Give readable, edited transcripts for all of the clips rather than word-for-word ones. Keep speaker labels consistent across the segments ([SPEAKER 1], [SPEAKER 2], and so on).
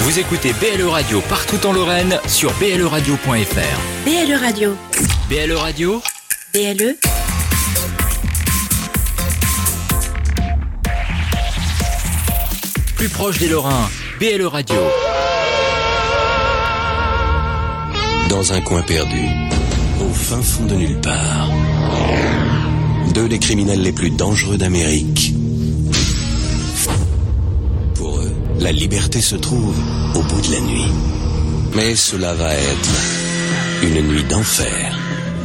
[SPEAKER 1] Vous écoutez BLE Radio partout en Lorraine sur bleradio.fr.
[SPEAKER 2] BLE Radio.
[SPEAKER 1] BLE Radio.
[SPEAKER 2] BLE.
[SPEAKER 1] Plus proche des Lorrains, BLE Radio.
[SPEAKER 3] Dans un coin perdu, au fin fond de nulle part, deux des criminels les plus dangereux d'Amérique. Pour eux, la liberté se trouve au bout de la nuit. Mais cela va être une nuit d'enfer.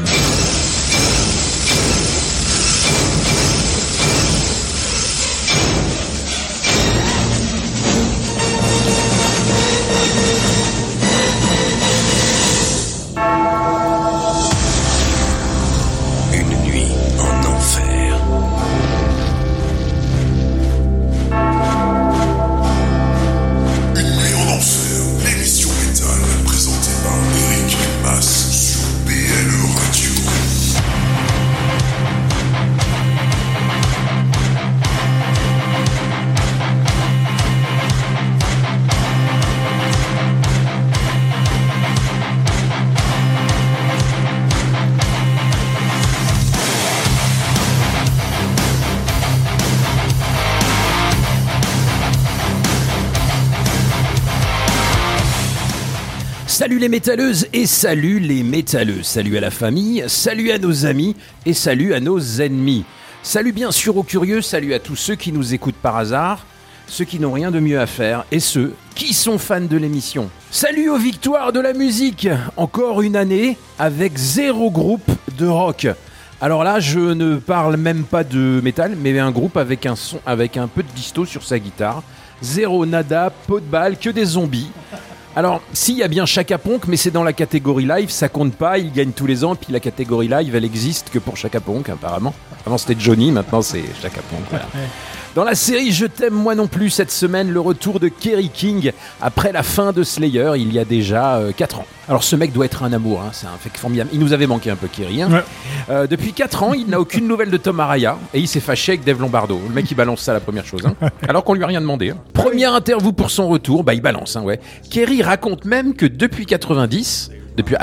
[SPEAKER 4] Salut les métalleuses et salut les métalleux, salut à la famille, salut à nos amis et salut à nos ennemis. Salut bien sûr aux curieux, salut à tous ceux qui nous écoutent par hasard, ceux qui n'ont rien de mieux à faire et ceux qui sont fans de l'émission. Salut aux victoires de la musique, encore une année avec 0 groupe de rock. Alors là, je ne parle même pas de métal, mais un groupe avec un son, avec un peu de disto sur sa guitare. 0 nada, pot de balle, que des zombies. Alors, si, il y a bien Chaka Ponk, mais c'est dans la catégorie live, ça compte pas, il gagne tous les ans, puis la catégorie live, elle existe que pour Chaka Ponk, apparemment. Avant c'était Johnny, maintenant c'est Chaka Ponk, voilà. Dans la série Je t'aime moi non plus, cette semaine, le retour de Kerry King, après la fin de Slayer, il y a déjà 4 ans. Alors ce mec doit être un amour, hein, c'est un fait formidable. Il nous avait manqué un peu, Kerry. Hein. Ouais. Depuis 4 ans, il n'a aucune nouvelle de Tom Araya, et il s'est fâché avec Dave Lombardo. Le mec, il balance ça la première chose, hein, alors qu'on lui a rien demandé. Hein. Première interview pour son retour, bah il balance, hein, ouais. Kerry raconte même que depuis 90... Depuis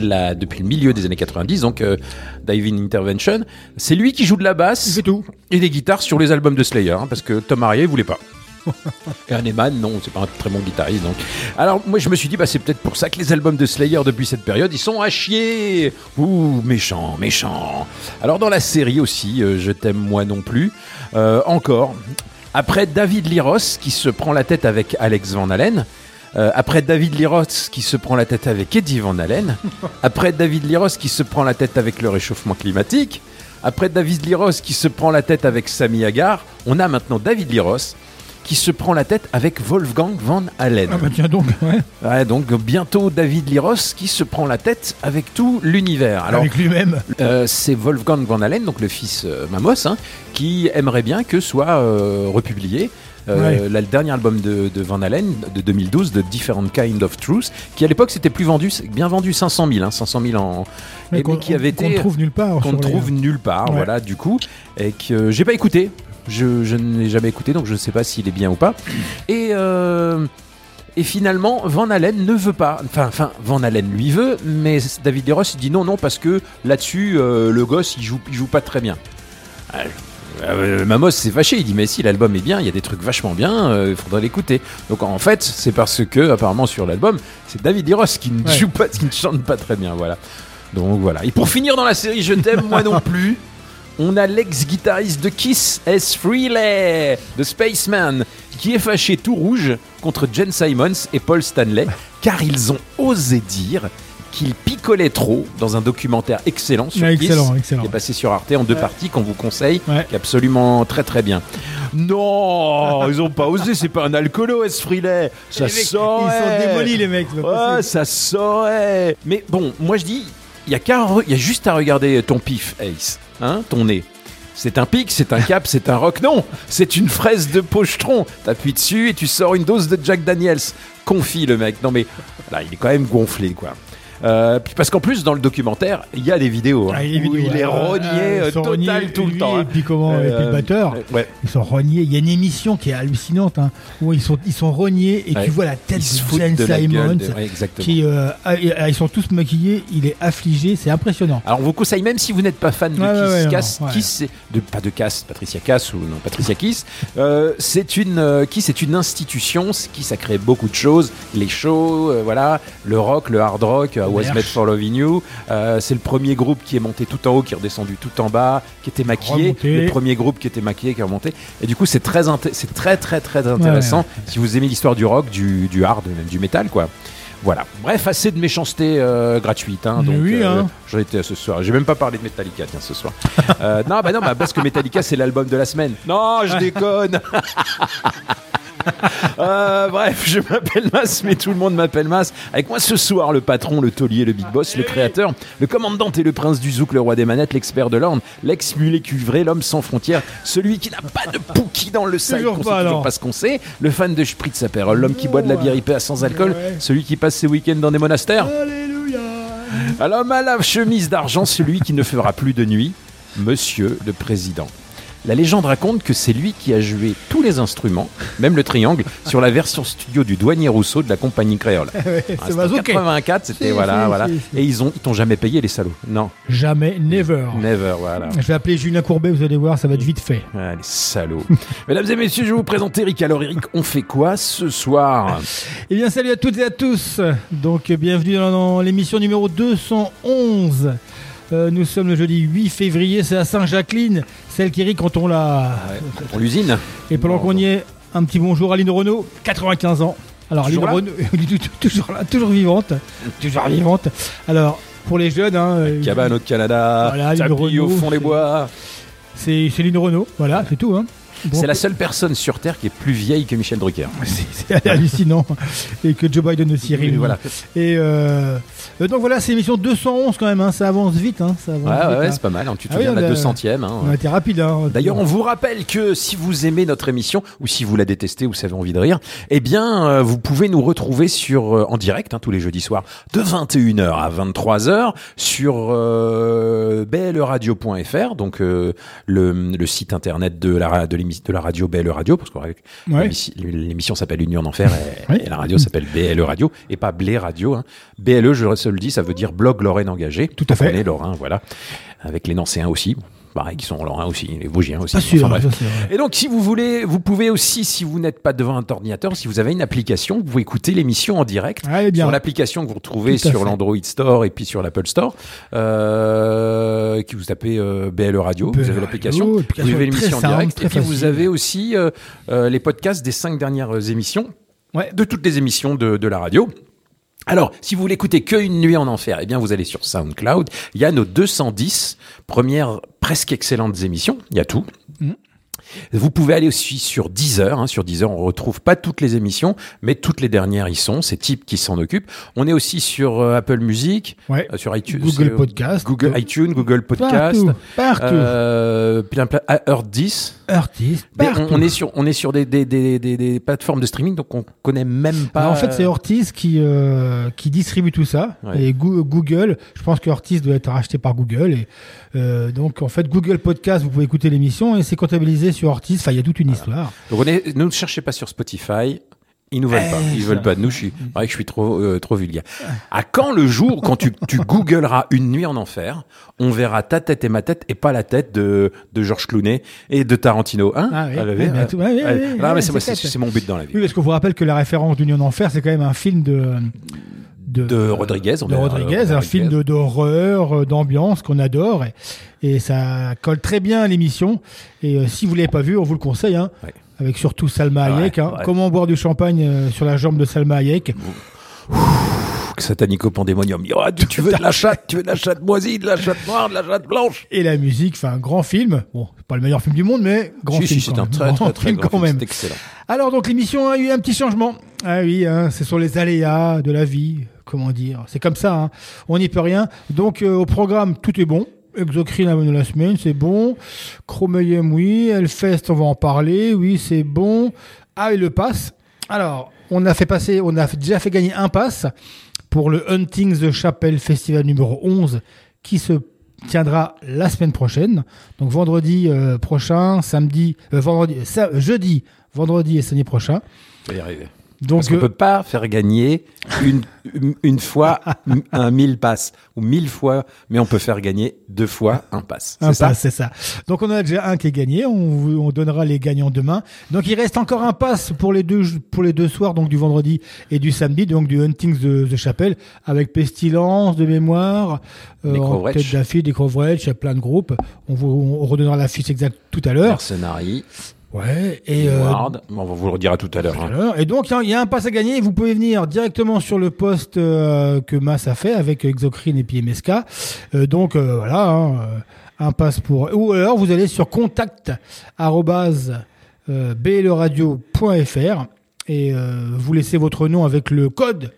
[SPEAKER 4] le milieu des années 90, donc Divine Intervention, c'est lui qui joue de la basse
[SPEAKER 5] c'est tout.
[SPEAKER 4] Et des guitares sur les albums de Slayer, hein, parce que Tom Araya, il voulait pas. Ernie Mann, non, c'est pas un très bon guitariste. Donc. Alors, moi, je me suis dit, bah, c'est peut-être pour ça que les albums de Slayer, depuis cette période, ils sont à chier. Ouh, méchant. Alors, dans la série aussi, Je t'aime moi non plus, encore, après David Lee Roth, qui se prend la tête avec Alex Van Halen, après David Lee Roth qui se prend la tête avec Eddie Van Halen, après David Lee Roth qui se prend la tête avec le réchauffement climatique, après David Lee Roth qui se prend la tête avec Sammy Hagar, on a maintenant David Lee Roth qui se prend la tête avec Wolfgang Van Halen.
[SPEAKER 5] Ah bah tiens donc, ouais.
[SPEAKER 4] Ouais, donc bientôt David Lee Roth qui se prend la tête avec tout l'univers. Alors,
[SPEAKER 5] avec lui-même.
[SPEAKER 4] C'est Wolfgang Van Halen, donc le fils Mamos, hein, qui aimerait bien que soit republié le dernier album de Van Halen de 2012, The Different Kind of Truth, qui à l'époque c'était bien vendu 500 000, hein, 500 000 en...
[SPEAKER 5] Mais qu'on trouve nulle part.
[SPEAKER 4] Qu'on trouve nulle part, voilà, du coup, et que j'ai pas écouté. Je ne l'ai jamais écouté, donc je ne sais pas s'il est bien ou pas. Et finalement, Van Halen ne veut pas. Enfin, Van Halen lui veut, mais David Lee Roth dit non, parce que là-dessus, le gosse, il joue pas très bien. Mamos s'est fâché, il dit mais si l'album est bien, il y a des trucs vachement bien, il faudrait l'écouter. Donc en fait, c'est parce que apparemment sur l'album, c'est David Lee Roth qui ne joue pas, qui ne chante pas très bien, voilà. Donc voilà. Et pour finir dans la série Je t'aime moi non plus, on a l'ex-guitariste de Kiss, S. Frehley, de Spaceman, qui est fâché tout rouge contre Gene Simmons et Paul Stanley, car ils ont osé dire qu'il picolait trop dans un documentaire excellent sur Kiss, qui est passé sur Arte en 2 parties, qu'on vous conseille, qui est absolument très très bien. Non, ils ont pas osé, c'est pas un alcoolo, S. Frehley. Ça saurait.
[SPEAKER 5] Ils sont démolis les mecs.
[SPEAKER 4] Ouais, ça saurait. Mais bon, moi je dis, il y a juste à regarder ton pif, Ace, hein, ton nez. C'est un pic, c'est un cap, c'est un rock. Non, c'est une fraise de pochetron. T'appuies dessus et tu sors une dose de Jack Daniels. Confie le mec. Non mais là, il est quand même gonflé, quoi. Puis parce qu'en plus, dans le documentaire, il y a des vidéos. Il est rogné total tout le temps.
[SPEAKER 5] Et puis le batteur, ils sont rognés. Il y a une émission qui est hallucinante où ils sont rognés et tu vois la tête de Gene Simmons. Qui, ils sont tous maquillés. Il est affligé. C'est impressionnant.
[SPEAKER 4] Alors on vous conseille, même si vous n'êtes pas fan de Kiss, Patricia Cass ou non Patricia Kiss, c'est une institution. Kiss a créé beaucoup de choses, les shows, le rock, le hard rock, Was Made for Loving You. C'est le premier groupe qui est monté tout en haut, qui est redescendu tout en bas, qui était maquillé. Le premier groupe qui était maquillé, qui est remonté. Et du coup, c'est très intéressant si vous aimez l'histoire du rock, du hard, même du métal, quoi. Voilà. Bref, assez de méchanceté gratuite. J'en étais ce soir. J'ai même pas parlé de Metallica, ce soir. Parce que Metallica, c'est l'album de la semaine. Non, je déconne. Bref, je m'appelle Mas, mais tout le monde m'appelle Mas. Avec moi ce soir, le patron, le taulier, le big boss, le créateur, le commandant et le prince du zouk, le roi des manettes, l'expert de l'orne, l'ex-mulet cuivré, l'homme sans frontières, celui qui n'a pas de Pookie dans le sac, qu'on sait toujours pas ce qu'on sait, le fan de Spritz apérole, l'homme qui boit de la bière IPA sans alcool, celui qui passe ses week-ends dans des monastères. Alléluia. L'homme à la chemise d'argent, celui qui ne fera plus de nuit, monsieur le président. La légende raconte que c'est lui qui a joué tous les instruments, même le triangle, sur la version studio du Douanier Rousseau de la compagnie créole.
[SPEAKER 5] C'est
[SPEAKER 4] en 84, c'était Et ils t'ont jamais payé, les salauds. Non.
[SPEAKER 5] Jamais, never.
[SPEAKER 4] Never, voilà.
[SPEAKER 5] Je vais appeler Julien Courbet, vous allez voir, ça va être vite fait.
[SPEAKER 4] Ah, les salauds. Mesdames et messieurs, je vais vous présenter Eric. Alors Eric, on fait quoi ce soir ?
[SPEAKER 5] Eh bien, salut à toutes et à tous. Donc, bienvenue dans l'émission numéro 211. Nous sommes le jeudi 8 février, c'est à Saint-Jacqueline, celle qui rit quand on
[SPEAKER 4] pour l'usine.
[SPEAKER 5] Et pendant qu'on y est, un petit bonjour à Aline Renaud, 95 ans. Alors Aline Renaud, toujours là, toujours vivante. Alors, pour les jeunes...
[SPEAKER 4] cabane au Canada, tapis au fond des bois.
[SPEAKER 5] C'est Aline Renaud, voilà, c'est tout.
[SPEAKER 4] C'est la seule personne sur Terre qui est plus vieille que Michel Drucker.
[SPEAKER 5] C'est hallucinant. Et que Joe Biden aussi.
[SPEAKER 4] Voilà.
[SPEAKER 5] Et donc voilà, c'est l'émission 211 quand même. Ça avance vite.
[SPEAKER 4] C'est pas mal. Tu te souviens de la 200e.
[SPEAKER 5] On a été rapide.
[SPEAKER 4] D'ailleurs, on vous rappelle que si vous aimez notre émission ou si vous la détestez ou si vous avez envie de rire, eh bien, vous pouvez nous retrouver en direct tous les jeudis soirs de 21h à 23h sur bleradio.fr, donc le site internet de la radio BLE Radio, parce que l'émission s'appelle Union en Enfer et la radio s'appelle BLE Radio et pas Blé Radio. BLE, je le dis, ça veut dire Blog Lorraine Engagé.
[SPEAKER 5] Tout à fait.
[SPEAKER 4] On est Lorrain, voilà. Avec les Nancéens aussi. Pareil, qui sont Lorrains aussi, les Vosgiens aussi. Et donc, si vous voulez, vous pouvez aussi, si vous n'êtes pas devant un ordinateur, si vous avez une application, vous pouvez écouter l'émission en direct sur l'application que vous retrouvez sur l'Android Store et puis sur l'Apple Store. Qui vous tapez BLE Radio, vous avez l'application, vous avez l'émission en direct, et puis vous avez aussi les podcasts des 5 dernières émissions, de toutes les émissions de la radio. Alors, si vous voulez écouter que Une nuit en enfer, eh bien, vous allez sur SoundCloud. Il y a nos 210 premières presque excellentes émissions. Il y a tout. Vous pouvez aller aussi sur Deezer. Sur Deezer, on retrouve pas toutes les émissions, mais toutes les dernières y sont. C'est Type qui s'en occupe. On est aussi sur Apple Music, sur iTunes,
[SPEAKER 5] Google Podcast,
[SPEAKER 4] iTunes, Google Podcast,
[SPEAKER 5] partout.
[SPEAKER 4] Heartis. On est sur des plateformes de streaming, donc on connaît même pas.
[SPEAKER 5] Alors en fait, c'est Heartis qui distribue tout ça. Et Google, je pense que Heartis doit être racheté par Google. Et donc en fait, Google Podcast, vous pouvez écouter l'émission et c'est comptabilisé sur Heartis. Enfin, il y a toute une histoire.
[SPEAKER 4] Donc ne cherchez pas sur Spotify. Ils nous veulent pas. Ils veulent pas de nous. Je suis trop vulgaire. À quand le jour quand tu googleras Une nuit en enfer, on verra ta tête et ma tête et pas la tête de Georges Clooney et de Tarantino. C'est mon but dans la vie.
[SPEAKER 5] Oui, parce qu'on vous rappelle que la référence d'Une nuit en enfer, c'est quand même un film de
[SPEAKER 4] Rodriguez.
[SPEAKER 5] Un film d'horreur, d'ambiance qu'on adore. Et ça colle très bien à l'émission. Et si vous l'avez pas vu, on vous le conseille. Avec surtout Salma Hayek. Comment boire du champagne sur la jambe de Salma Hayek.
[SPEAKER 4] Satanico pandémonium. Tu veux de la chatte moisie, de la chatte noire, de la chatte blanche.
[SPEAKER 5] Et la musique, un grand film. Bon, c'est pas le meilleur film du monde, mais grand film.
[SPEAKER 4] C'est un très film
[SPEAKER 5] quand même.
[SPEAKER 4] C'est excellent.
[SPEAKER 5] Alors donc l'émission a eu un petit changement. Ah oui, ce sont les aléas de la vie. Comment dire ? C'est comme ça. On n'y peut rien. Donc au programme, tout est bon. Exocrine de la semaine, c'est bon. Chromeum, oui. Hellfest, on va en parler. Oui, c'est bon. Et le pass. Alors, on a déjà fait gagner un pass pour le Hunting the Chapel Festival numéro 11 qui se tiendra la semaine prochaine. Donc vendredi prochain, jeudi, vendredi et samedi prochain.
[SPEAKER 4] Ça va y arriver.
[SPEAKER 5] Donc,
[SPEAKER 4] parce qu'on ne peut pas faire gagner une fois un 1000 passes ou 1000 fois, mais on peut faire gagner 2 fois un pass.
[SPEAKER 5] C'est ça. Donc on en a déjà un qui est gagné, on donnera les gagnants demain. Donc il reste encore un pass pour les deux soirs, donc du vendredi et du samedi, donc du Hunting the Chapel, avec Pestilence de mémoire, en tête d'affiche, Necrovretch, il y a plein de groupes. On redonnera la fiche exacte tout à l'heure.
[SPEAKER 4] Mercenary.
[SPEAKER 5] Ouais, et
[SPEAKER 4] on vous le redira tout à l'heure.
[SPEAKER 5] Et donc il y a un pass à gagner et vous pouvez venir directement sur le post que Mas a fait avec Exocrine et puis MSK. Un pass pour, ou alors vous allez sur contact@bleradio.fr et vous laissez votre nom avec le code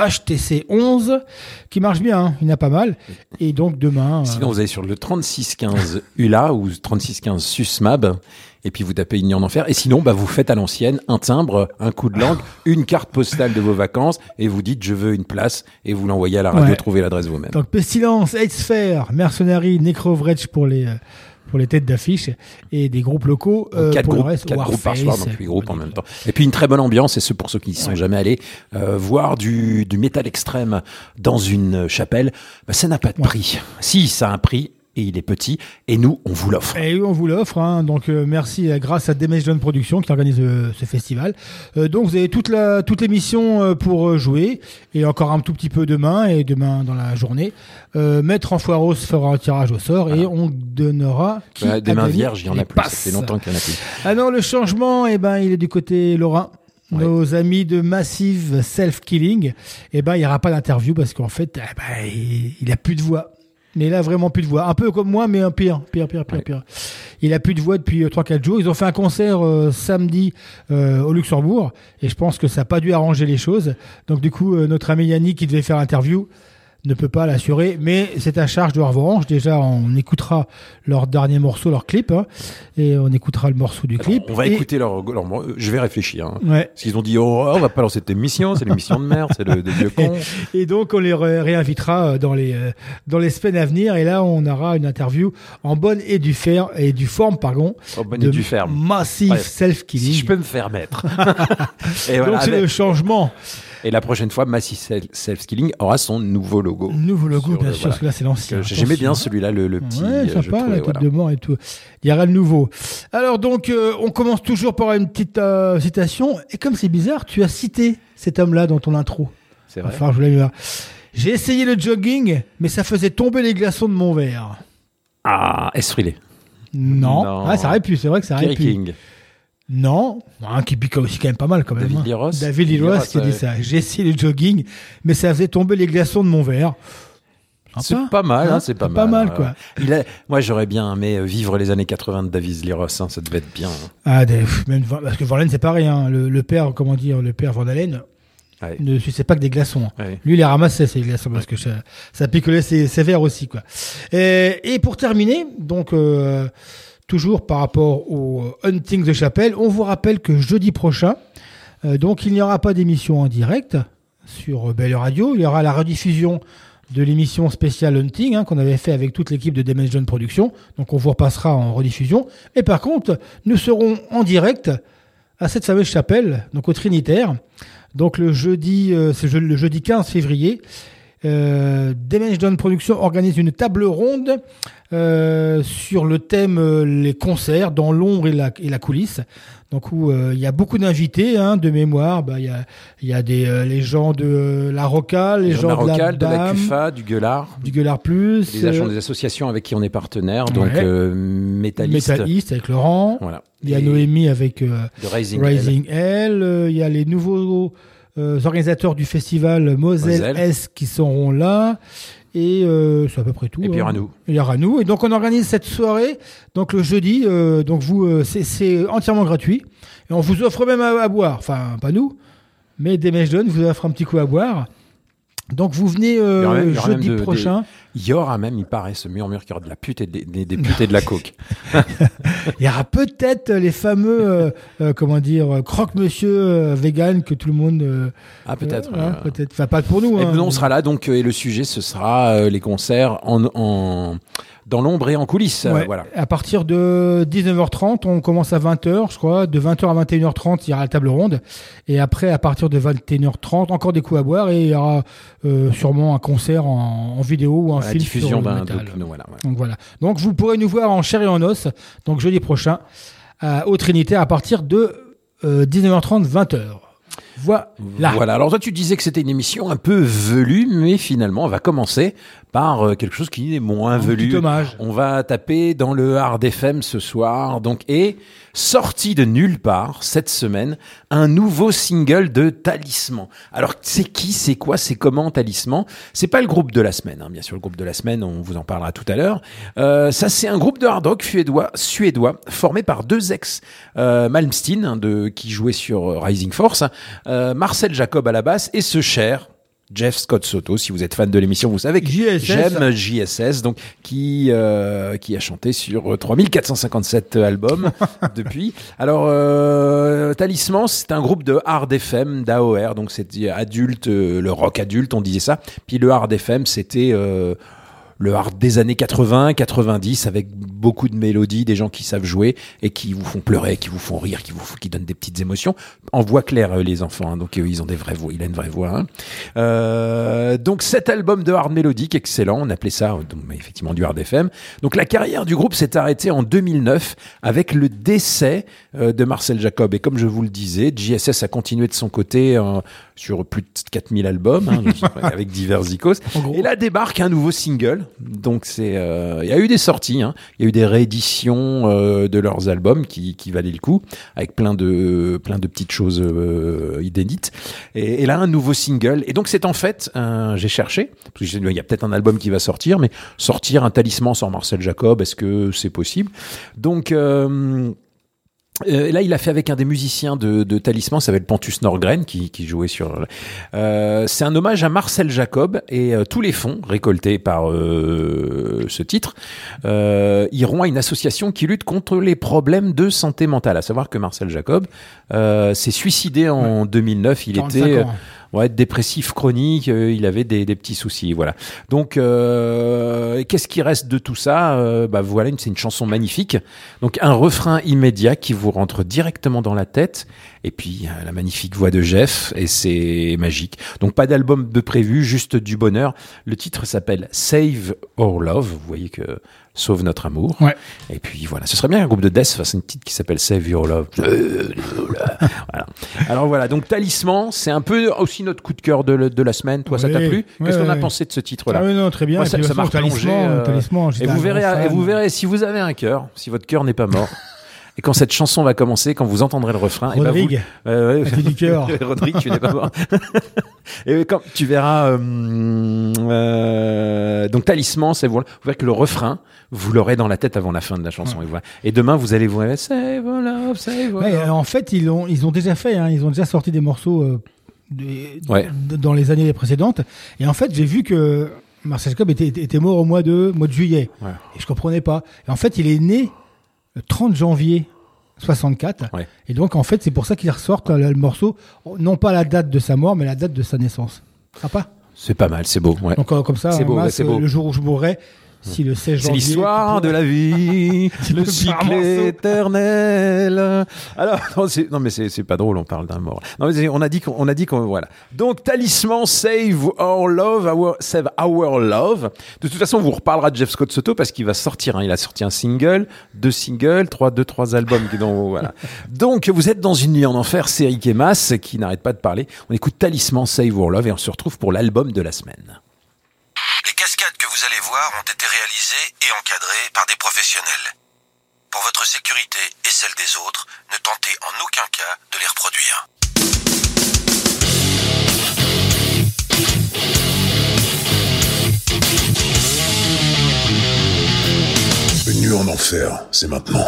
[SPEAKER 5] HTC11 qui marche bien, hein, il y en a pas mal. Et donc demain.
[SPEAKER 4] Sinon vous allez sur le 3615 ULA ou 3615 SUSMAB. Et puis vous tapez Ignorant d'Enfer. Et sinon, vous faites à l'ancienne un timbre, un coup de langue, une carte postale de vos vacances, et vous dites je veux une place, et vous l'envoyez à la radio, trouvez l'adresse vous-même.
[SPEAKER 5] Donc Pestilence, Sphere, Mercenary, Necrovretch pour les têtes d'affiche, et des groupes locaux.
[SPEAKER 4] 4
[SPEAKER 5] pour
[SPEAKER 4] groupes,
[SPEAKER 5] le reste,
[SPEAKER 4] 4 groupes par soir, donc 8 groupes en même temps. Et puis une très bonne ambiance, et ce pour ceux qui n'y sont jamais allés, voir du métal extrême dans une chapelle, ça n'a pas de prix. Si, ça a un prix. Et il est petit, et nous, on vous l'offre.
[SPEAKER 5] Et on vous l'offre, hein. Donc merci, grâce à Damage Done Productions qui organise ce festival. Donc vous avez toute l'émission pour jouer, et encore un tout petit peu demain, et demain dans la journée. Maître Enfoiros fera un tirage au sort, et on donnera
[SPEAKER 4] des mains vierges, il y en a plus, ça fait longtemps qu'il y en a plus.
[SPEAKER 5] Ah non, le changement, il est du côté lorrain. Nos amis de Massive Self-Killing, il n'y aura pas d'interview, parce qu'en fait, il a plus de voix. Mais là, vraiment plus de voix. Un peu comme moi, mais pire. Il a plus de voix depuis 3-4 jours. Ils ont fait un concert samedi au Luxembourg. Et je pense que ça n'a pas dû arranger les choses. Donc du coup, notre ami Yannick, qui devait faire l'interview, ne peut pas l'assurer. Mais c'est à charge de Revanche. Déjà, on écoutera leur dernier morceau, leur clip. Hein, et on écoutera le morceau du clip.
[SPEAKER 4] On va écouter leur... Je vais réfléchir. Hein. Parce qu'ils ont dit, on va pas lancer cette émission. C'est l'émission de merde. C'est le vieux con.
[SPEAKER 5] Et donc, on les réinvitera dans les semaines à venir. Et là, on aura une interview en bonne et due forme,
[SPEAKER 4] En bonne et due ferme.
[SPEAKER 5] Massive Self-Killing.
[SPEAKER 4] Si je peux me faire mettre.
[SPEAKER 5] Et voilà, donc, c'est le changement.
[SPEAKER 4] Et la prochaine fois, Massive Self-Killing aura son nouveau logo.
[SPEAKER 5] Nouveau logo, bien sûr, parce que là, c'est l'ancien.
[SPEAKER 4] J'aimais bien celui-là, le petit.
[SPEAKER 5] Ouais, sympa, la tête de mort et tout. Il y aura le nouveau. Alors, donc, on commence toujours par une petite citation. Et comme c'est bizarre, tu as cité cet homme-là dans ton intro.
[SPEAKER 4] C'est vrai.
[SPEAKER 5] Enfin, je voulais voir. J'ai essayé le jogging, mais ça faisait tomber les glaçons de mon verre.
[SPEAKER 4] Ah, Esfrilé.
[SPEAKER 5] Non. Ah, ça aurait pu, c'est vrai que ça aurait pu.
[SPEAKER 4] King.
[SPEAKER 5] Non, qui pique aussi quand même pas mal quand même. David Liros qui dit ça. J'ai essayé le jogging, mais ça faisait tomber les glaçons de mon verre.
[SPEAKER 4] C'est pas mal, c'est pas mal.
[SPEAKER 5] Pas mal, quoi.
[SPEAKER 4] Moi, j'aurais bien aimé vivre les années 80 de David Liros, ça devait être bien.
[SPEAKER 5] Même, parce que Van Halen, c'est pareil, le père Van Halen ne suçait pas que des glaçons. Lui, il les ramassait, ces glaçons, parce que ça picolait ses verres aussi, quoi. Et pour terminer, donc, toujours par rapport au Hunting the Chapel, on vous rappelle que jeudi prochain, donc il n'y aura pas d'émission en direct sur Belle Radio, il y aura la rediffusion de l'émission spéciale Hunting qu'on avait fait avec toute l'équipe de Damage Done Productions, donc on vous repassera en rediffusion. Et par contre, nous serons en direct à cette fameuse chapelle, donc au Trinitaire, donc le jeudi 15 février. Damage Done Productions organise une table ronde sur le thème les concerts dans l'ombre et la coulisse. Donc où il y a beaucoup d'invités de mémoire. Il y a les gens de la Rocale, les gens de la BAM,
[SPEAKER 4] de la CUFA, du Gueulard
[SPEAKER 5] Plus,
[SPEAKER 4] les agents des associations avec qui on est partenaire. Donc Métalliste
[SPEAKER 5] avec Laurent.
[SPEAKER 4] Voilà.
[SPEAKER 5] Il y a Noémie avec
[SPEAKER 4] Rising
[SPEAKER 5] Hell. Il y a les nouveaux organisateurs du festival Moselle S qui seront là. Et c'est à peu près tout.
[SPEAKER 4] Et puis il
[SPEAKER 5] y aura nous. Et donc on organise cette soirée, donc le jeudi. Donc c'est entièrement gratuit. Et on vous offre même à boire. Enfin, pas nous, mais Damage Done vous offre un petit coup à boire. Donc vous venez
[SPEAKER 4] Il y aura
[SPEAKER 5] jeudi
[SPEAKER 4] même
[SPEAKER 5] prochain.
[SPEAKER 4] Il y aura même, il paraît, ce murmure qu'il y aura de la pute et des putes et de la coke.
[SPEAKER 5] Il y aura peut-être les fameux, croque-monsieur vegan que tout le monde...
[SPEAKER 4] Ah, peut-être.
[SPEAKER 5] peut-être. Enfin, pas pour nous.
[SPEAKER 4] Et
[SPEAKER 5] hein.
[SPEAKER 4] nous, on sera là, donc, et le sujet, ce sera les concerts dans l'ombre et en coulisses.
[SPEAKER 5] Ouais.
[SPEAKER 4] Voilà.
[SPEAKER 5] À partir de 19h30, on commence à 20h, je crois. De 20h à 21h30, il y aura la table ronde. Et après, à partir de 21h30, encore des coups à boire. Et il y aura sûrement un concert en vidéo ou en
[SPEAKER 4] La
[SPEAKER 5] film
[SPEAKER 4] diffusion
[SPEAKER 5] sur le
[SPEAKER 4] d'un
[SPEAKER 5] métal.
[SPEAKER 4] document, voilà. Ouais.
[SPEAKER 5] Donc voilà. Donc vous pourrez nous voir en chair et en os. Donc jeudi prochain, au Trinitaire, à partir de 19h30, 20h.
[SPEAKER 4] Voilà. Alors toi, tu disais que c'était une émission un peu velue, mais finalement, on va commencer par quelque chose qui est moins velu.
[SPEAKER 5] Petit hommage.
[SPEAKER 4] On va taper dans le Hard FM ce soir. Donc, et sorti de nulle part cette semaine, un nouveau single de Talisman. Alors, c'est qui, c'est quoi, c'est comment Talisman? C'est pas le groupe de la semaine, hein. Bien sûr, le groupe de la semaine, on vous en parlera tout à l'heure. Ça, c'est un groupe de hard rock suédois formé par deux ex Malmsteen, hein, qui jouaient sur Rising Force, Marcel Jacob à la basse et ce cher Jeff Scott Soto. Si vous êtes fan de l'émission, vous savez que j'aime JSS, donc qui a chanté sur 3457 albums depuis. Alors, Talisman, c'est un groupe de hard FM, d'AOR, donc c'est adulte, le rock adulte, on disait ça. Puis le hard FM, c'était le hard des années 80, 90, avec beaucoup de mélodies, des gens qui savent jouer et qui vous font pleurer, qui vous font rire, qui donnent des petites émotions. En voix claire, les enfants, hein, donc ils ont des vraies voix. Il a une vraie voix. Hein. Donc cet album de hard mélodique, excellent, on appelait ça donc, effectivement du hard FM. Donc la carrière du groupe s'est arrêtée en 2009 avec le décès de Marcel Jacob. Et comme je vous le disais, JSS a continué de son côté sur plus de 4000 albums, hein, avec divers icônes. Et là débarque un nouveau single. Donc il y a eu des sorties, hein. Il y a eu des rééditions de leurs albums qui valaient le coup, avec plein de petites choses inédites. Et là un nouveau single. Et donc c'est en fait, j'ai cherché, parce que il y a peut-être un album qui va sortir, mais sortir un Talisman sans Marcel Jacob, est-ce que c'est possible? Donc là, il a fait avec un des musiciens de Talisman, ça s'appelle Pontus Norgren, qui jouait sur... c'est un hommage à Marcel Jacob, et tous les fonds récoltés par ce titre iront à une association qui lutte contre les problèmes de santé mentale. À savoir que Marcel Jacob s'est suicidé en 2009. Il était... dépressif chronique, il avait des petits soucis, voilà. Donc, qu'est-ce qui reste de tout ça? Voilà, c'est une chanson magnifique. Donc, un refrain immédiat qui vous rentre directement dans la tête. Et puis, la magnifique voix de Jeff, et c'est magique. Donc, pas d'album de prévu, juste du bonheur. Le titre s'appelle Save Our Love. Vous voyez que sauve notre amour. Ouais. Et puis, voilà. Ce serait bien qu'un groupe de death fasse une titre qui s'appelle Save Your Love. Voilà. Alors, voilà. Donc, Talisman, c'est un peu aussi notre coup de cœur de la semaine. Toi, ça t'a plu? Qu'est-ce qu'on a pensé de ce titre-là?
[SPEAKER 5] Ah oui, non, très bien.
[SPEAKER 4] Moi, ça m'a replongé.
[SPEAKER 5] Talisman,
[SPEAKER 4] et vous verrez, si vous avez un cœur, si votre cœur n'est pas mort, et quand cette chanson va commencer, quand vous entendrez le refrain,
[SPEAKER 5] Rodrigue, as-tu du cœur?
[SPEAKER 4] Rodrigue, tu n'es pas mort. Et quand tu verras, donc Talisman, c'est vous verrez que le refrain, vous l'aurez dans la tête avant la fin de la chanson. Ouais. Et demain, vous allez vous Save Our Love, Save Our Love.
[SPEAKER 5] En fait, ils ont déjà fait, hein, ils ont déjà sorti des morceaux dans les années précédentes. Et en fait, j'ai vu que Marcel Jacob était mort au mois de juillet. Ouais. Et je comprenais pas. Et en fait, il est né le 30 janvier 64. Ouais. Et donc, en fait, c'est pour ça qu'ils ressortent le morceau, non pas la date de sa mort, mais la date de sa naissance. Sympa.
[SPEAKER 4] C'est pas mal, c'est beau. Ouais.
[SPEAKER 5] Donc, comme ça, c'est beau, c'est beau. Le jour où je mourrai, si le 16 janvier... C'est l'histoire
[SPEAKER 4] de la vie, le cycle éternel. Alors, non, mais c'est pas drôle, on parle d'un mort. Non, mais on a dit qu'on voilà. Donc, Talisman, Save Our Love, Save Our Love. De toute façon, on vous reparlera de Jeff Scott Soto parce qu'il va sortir, hein. Il a sorti un single, 2 singles, 3 albums. Voilà. Donc, vous êtes dans une nuit en enfer, c'est Eric et Mas qui n'arrête pas de parler. On écoute Talisman, Save Our Love et on se retrouve pour l'album de la semaine.
[SPEAKER 2] Les cascades que vous allez voir ont été réalisées et encadrées par des professionnels. Pour votre sécurité et celle des autres, ne tentez en aucun cas de les reproduire.
[SPEAKER 6] Une nuit en enfer, c'est maintenant.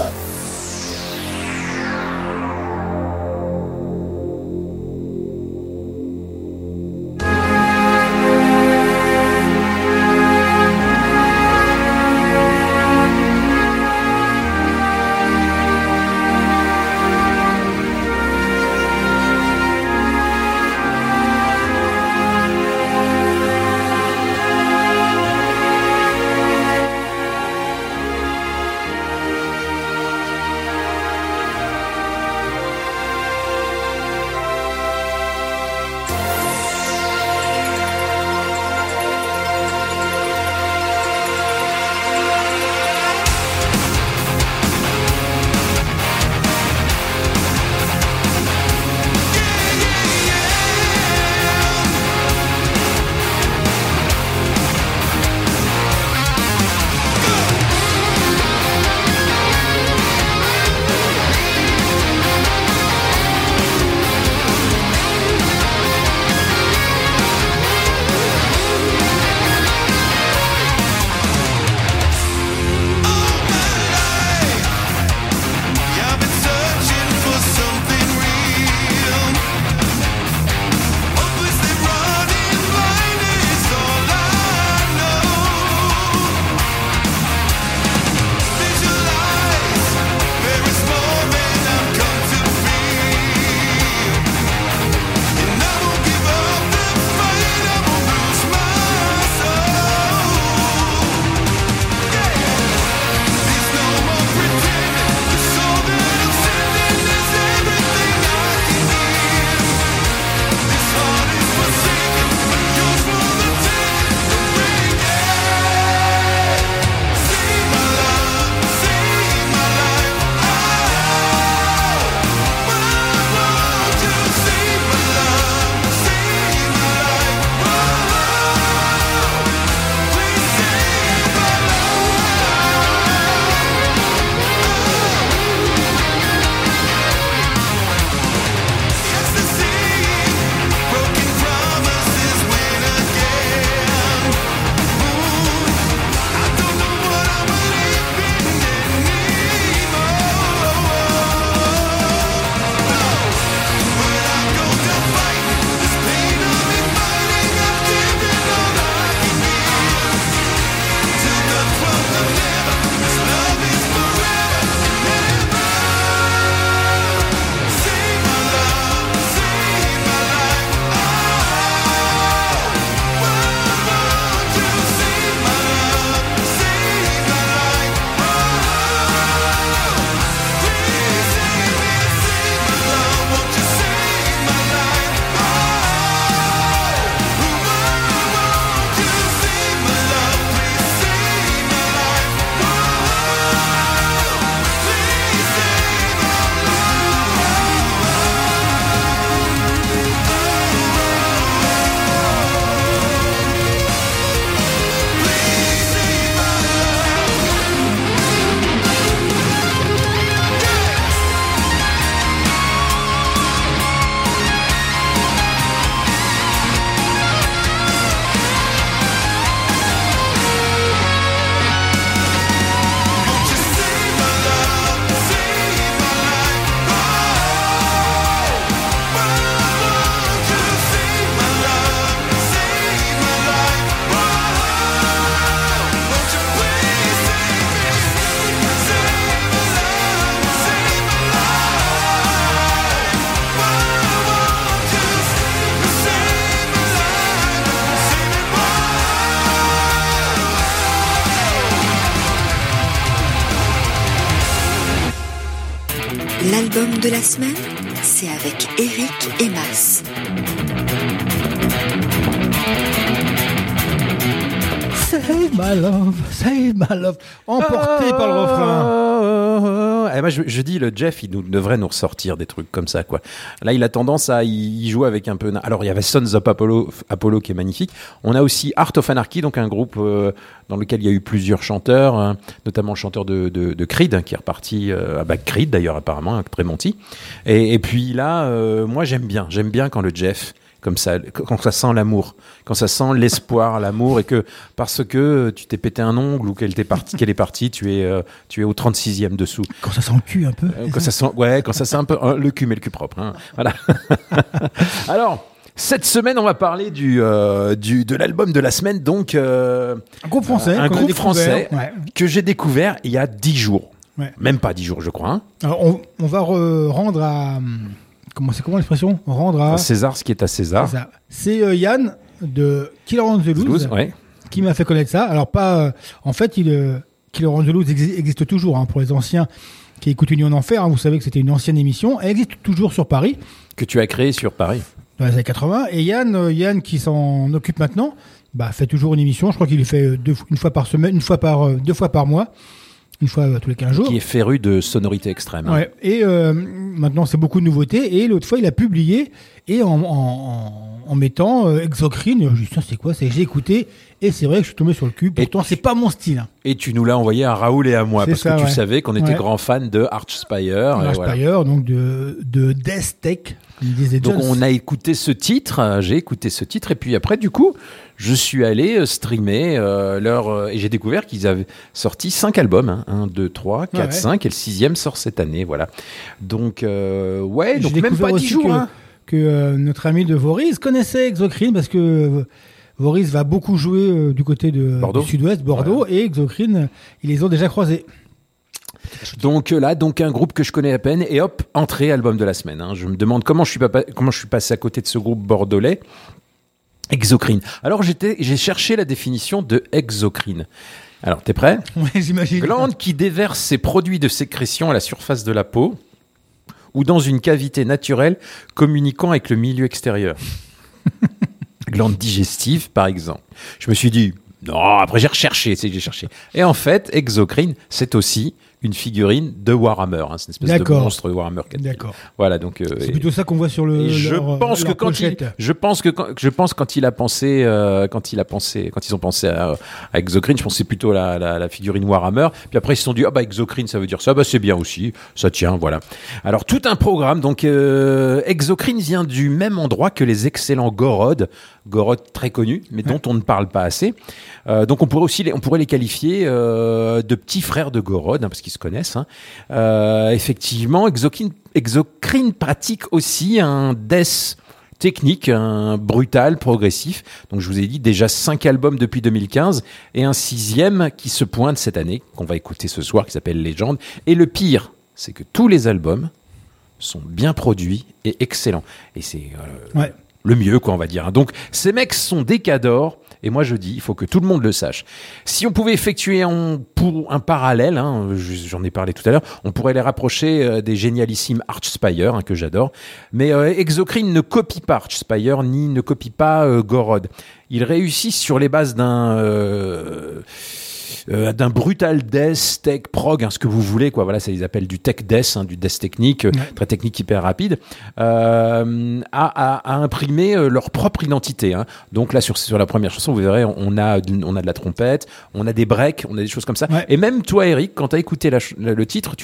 [SPEAKER 7] L'album de la semaine, c'est avec Eric et Mas.
[SPEAKER 5] Save my love, emporté par le refrain.
[SPEAKER 4] Eh ben, je dis, le Jeff, il devrait nous ressortir des trucs comme ça, quoi. Là, il a tendance à y jouer avec un peu. Alors, il y avait Sons of Apollo qui est magnifique. On a aussi Art of Anarchy, donc un groupe dans lequel il y a eu plusieurs chanteurs, hein, notamment le chanteur de Creed, hein, qui est reparti à Creed d'ailleurs apparemment, avec Tremonti. Et puis là, moi j'aime bien quand le Jeff, comme ça, quand ça sent l'amour, quand ça sent l'espoir, l'amour, et que parce que tu t'es pété un ongle ou qu'elle est partie, tu es au 36e dessous.
[SPEAKER 5] Quand ça sent le cul un peu.
[SPEAKER 4] Quand ça sent un peu le cul, mais le cul propre. Hein, voilà. Alors, cette semaine, on va parler de l'album de la semaine, donc
[SPEAKER 5] un groupe français,
[SPEAKER 4] que j'ai découvert il y a 10 jours.
[SPEAKER 5] Ouais.
[SPEAKER 4] Même pas 10 jours, je crois. Hein.
[SPEAKER 5] Alors, on va rendre à... Comment l'expression ? Rendre à
[SPEAKER 4] César ce qui est à César.
[SPEAKER 5] C'est Yann de Killer on the Loose qui m'a fait connaître ça. Alors pas, en fait, Killer on the Loose existe toujours, hein, pour les anciens qui écoutent Union d'Enfer. Hein, vous savez que c'était une ancienne émission. Elle existe toujours sur Paris.
[SPEAKER 4] Que tu as créée sur Paris.
[SPEAKER 5] Dans les années 80. Et Yann qui s'en occupe maintenant, fait toujours une émission. Je crois qu'il le fait une fois par semaine, 2 fois par mois. Une fois tous les 15 jours.
[SPEAKER 4] Qui est féru de sonorité extrême.
[SPEAKER 5] Ouais. Et maintenant, c'est beaucoup de nouveautés. Et l'autre fois, il a publié, et en mettant Exocrine, je me suis dit, c'est quoi ? J'ai écouté, et c'est vrai que je suis tombé sur le cul. Pourtant, c'est pas mon style. Hein.
[SPEAKER 4] Et tu nous l'as envoyé à Raoul et à moi, parce que tu savais qu'on était grands fans de Archspire.
[SPEAKER 5] Archspire, donc de Death Tech, comme disait Jones.
[SPEAKER 4] Donc on a écouté ce titre, j'ai écouté ce titre, et puis après, du coup, je suis allé streamer et j'ai découvert qu'ils avaient sorti 5 albums, hein, 1, 2, 3, 4, 5, et le 6e sort cette année, voilà. Donc, donc même pas 10 jours.
[SPEAKER 5] Que notre ami de Voriz connaissait Exocrine, parce que Voriz va beaucoup jouer du côté du sud-ouest, Bordeaux, et Exocrine, ils les ont déjà croisés.
[SPEAKER 4] Donc un groupe que je connais à peine, et hop, entrée album de la semaine. Hein. Je me demande comment je suis passé à côté de ce groupe bordelais. Exocrine. Alors j'ai cherché la définition de exocrine. Alors t'es prêt ?
[SPEAKER 5] Oui, j'imagine.
[SPEAKER 4] Glande qui déverse ses produits de sécrétion à la surface de la peau ou dans une cavité naturelle communiquant avec le milieu extérieur. Glande digestive, par exemple. Je me suis dit, non, après j'ai cherché. Et en fait, exocrine, c'est aussi une figurine de Warhammer, hein, c'est une espèce de monstre de Warhammer 4000.
[SPEAKER 5] D'accord.
[SPEAKER 4] Voilà, donc
[SPEAKER 5] c'est plutôt ça qu'on voit sur le.
[SPEAKER 4] Je pense quand ils ont pensé à Exocrine, je pense que c'est plutôt la figurine Warhammer. Puis après ils se sont dit Exocrine, ça veut dire ça, c'est bien aussi, ça tient, voilà. Alors tout un programme. Donc Exocrine vient du même endroit que les excellents Gorod très connus, mais dont on ne parle pas assez. Donc on pourrait les qualifier de petits frères de Gorod, hein, parce qu'ils se connaissent. Hein. Effectivement, Exocrine pratique aussi un death technique, un brutal, progressif. Donc je vous ai dit déjà 5 albums depuis 2015 et un 6e qui se pointe cette année, qu'on va écouter ce soir, qui s'appelle Légende. Et le pire, c'est que tous les albums sont bien produits et excellents. Et c'est le mieux, quoi, on va dire. Donc ces mecs sont des cadors. Et moi, je dis, il faut que tout le monde le sache. Si on pouvait effectuer pour un parallèle, hein, j'en ai parlé tout à l'heure, on pourrait les rapprocher des génialissimes Archspire, hein, que j'adore. Mais Exocrine ne copie pas Archspire, ni ne copie pas Gorod. Ils réussissent sur les bases d'un brutal death, tech, prog, hein, ce que vous voulez, quoi. Voilà, ça ils appellent du tech death, hein, du death technique, très technique, hyper rapide, à imprimer leur propre identité. Hein. Donc là, sur la première chanson, vous verrez, on a de la trompette, on a des breaks, on a des choses comme ça. Ouais. Et même toi, Eric, quand t'as écouté le titre,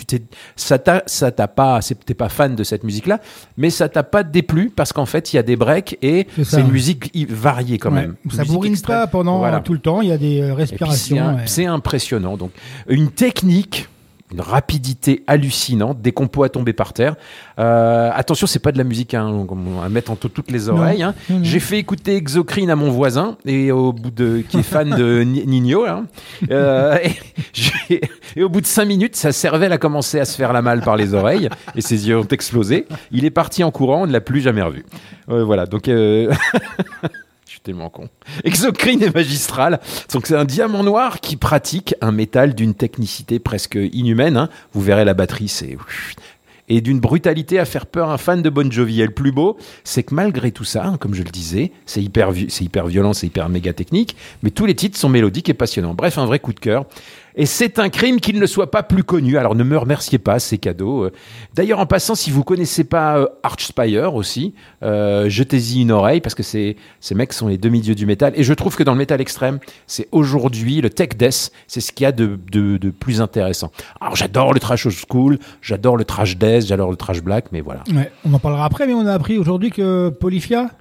[SPEAKER 4] t'es pas fan de cette musique-là, mais ça t'a pas déplu parce qu'en fait, il y a des breaks et c'est une musique variée quand même.
[SPEAKER 5] Ça bourrine pas pendant tout le temps, il y a des respirations.
[SPEAKER 4] C'est impressionnant. Donc, une technique, une rapidité hallucinante, des compos à tomber par terre. Attention, c'est pas de la musique à mettre entre toutes les oreilles. Hein. J'ai fait écouter Exocrine à mon voisin qui est fan de Nino. Hein. Et au bout de 5 minutes, sa cervelle a commencé à se faire la malle par les oreilles et ses yeux ont explosé. Il est parti en courant, on ne l'a plus jamais revu. Voilà, donc... Je suis tellement con. Exocrine est magistral. Donc c'est un diamant noir qui pratique un métal d'une technicité presque inhumaine. Hein. Vous verrez la batterie, c'est... et d'une brutalité à faire peur à un fan de Bon Jovi. Et le plus beau, c'est que malgré tout ça, comme je le disais, c'est hyper violent, c'est hyper méga technique, mais tous les titres sont mélodiques et passionnants. Bref, un vrai coup de cœur. Et c'est un crime qu'il ne soit pas plus connu. Alors ne me remerciez pas, c'est cadeau. D'ailleurs, en passant, si vous connaissez pas Archspire aussi, jetez-y une oreille parce que ces mecs sont les demi-dieux du métal. Et je trouve que dans le métal extrême, c'est aujourd'hui le tech death, c'est ce qu'il y a de plus intéressant. Alors j'adore le trash old school, j'adore le trash death, j'adore le trash black, mais voilà.
[SPEAKER 5] Ouais, on en parlera après, mais on a appris aujourd'hui que Polyphia,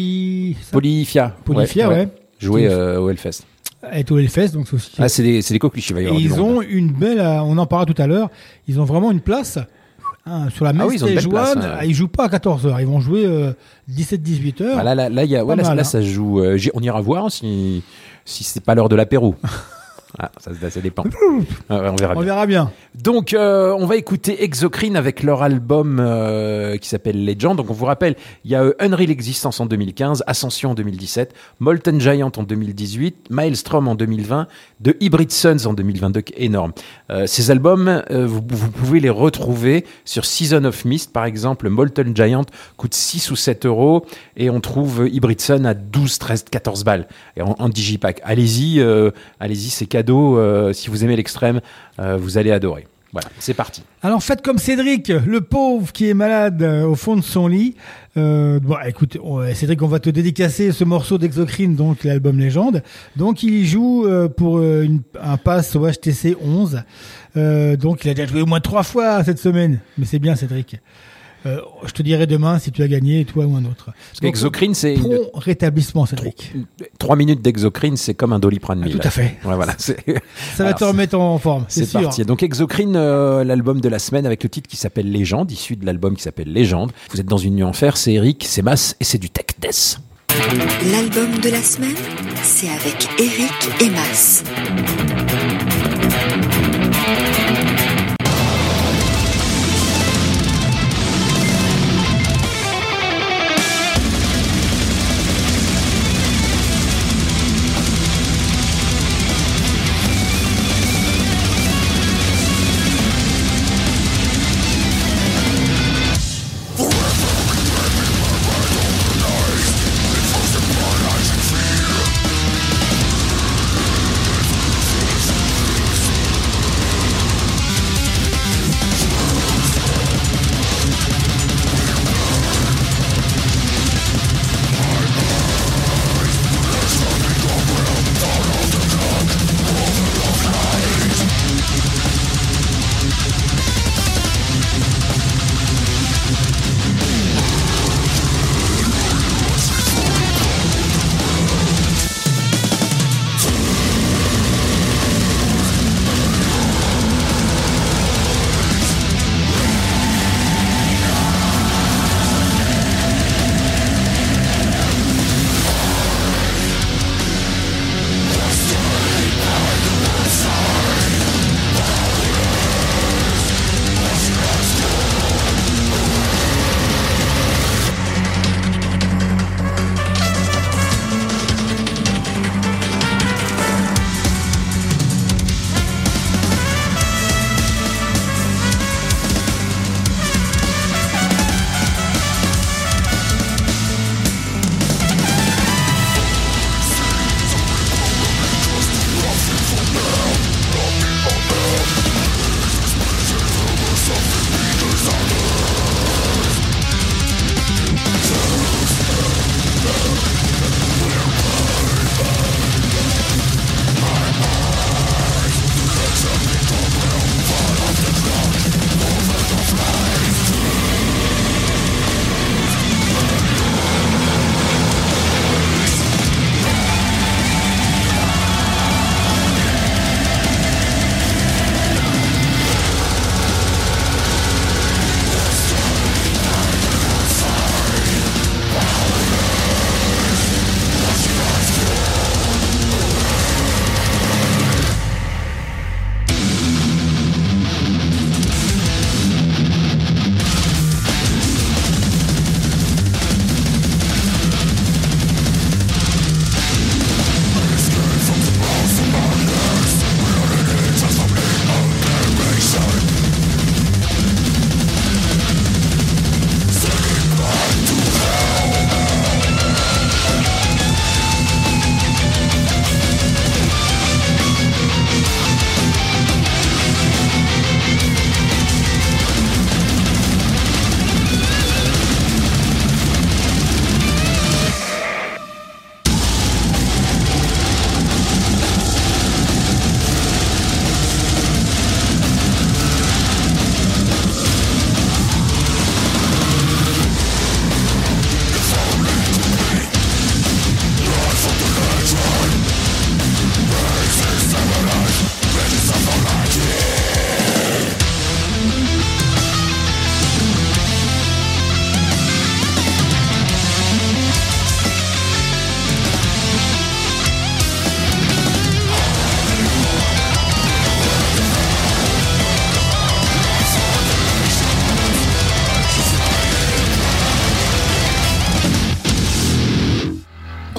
[SPEAKER 5] ouais.
[SPEAKER 4] Jouait au Hellfest.
[SPEAKER 5] Et au Hellfest, donc c'est aussi.
[SPEAKER 4] Ah, c'est des coquilles, il va y avoir
[SPEAKER 5] et
[SPEAKER 4] du
[SPEAKER 5] ils
[SPEAKER 4] monde.
[SPEAKER 5] ont une belle, on en parlera tout à l'heure, ils ont vraiment une place. Sur la Main Stage One, ils jouent pas à 14h, ils vont jouer 17-18h.
[SPEAKER 4] Ah, là, ça se joue. On ira voir si c'est pas l'heure de l'apéro. Ah, ça dépend. On verra bien. Donc, on va écouter Exocrine avec leur album qui s'appelle Legend. Donc, on vous rappelle, il y a Unreal Existence en 2015, Ascension en 2017, Molten Giant en 2018, Maelstrom en 2020, The Hybrid Suns en 2022, énorme. Ces albums, vous pouvez les retrouver sur Season of Mist, par exemple. Molten Giant coûte 6 ou 7 euros et on trouve Hybrid Sun à 12, 13, 14 balles et en digipack. Allez-y, c'est cadeau. Si vous aimez l'extrême, vous allez adorer. Voilà, c'est parti.
[SPEAKER 5] Alors faites comme Cédric, le pauvre qui est malade au fond de son lit. Écoute, Cédric, on va te dédicacer ce morceau d'Exocrine, donc l'album Légende. Donc il joue pour un pass au HTC 11. Donc il a déjà joué au moins 3 fois cette semaine. Mais c'est bien, Cédric. Je te dirai demain si tu as gagné, toi ou un autre.
[SPEAKER 4] Exocrine, c'est
[SPEAKER 5] bon rétablissement, Cédric.
[SPEAKER 4] 3 minutes d'Exocrine, c'est comme un Doliprane 1000.
[SPEAKER 5] Tout à fait.
[SPEAKER 4] Ouais, voilà.
[SPEAKER 5] Ça va te remettre en forme, c'est sûr.
[SPEAKER 4] Parti. Donc Exocrine, l'album de la semaine avec le titre qui s'appelle Légende, issu de l'album qui s'appelle Légende. Vous êtes dans une nuit en fer, c'est Eric, c'est Mas et c'est du tech death.
[SPEAKER 7] L'album de la semaine, c'est avec Eric et Mas.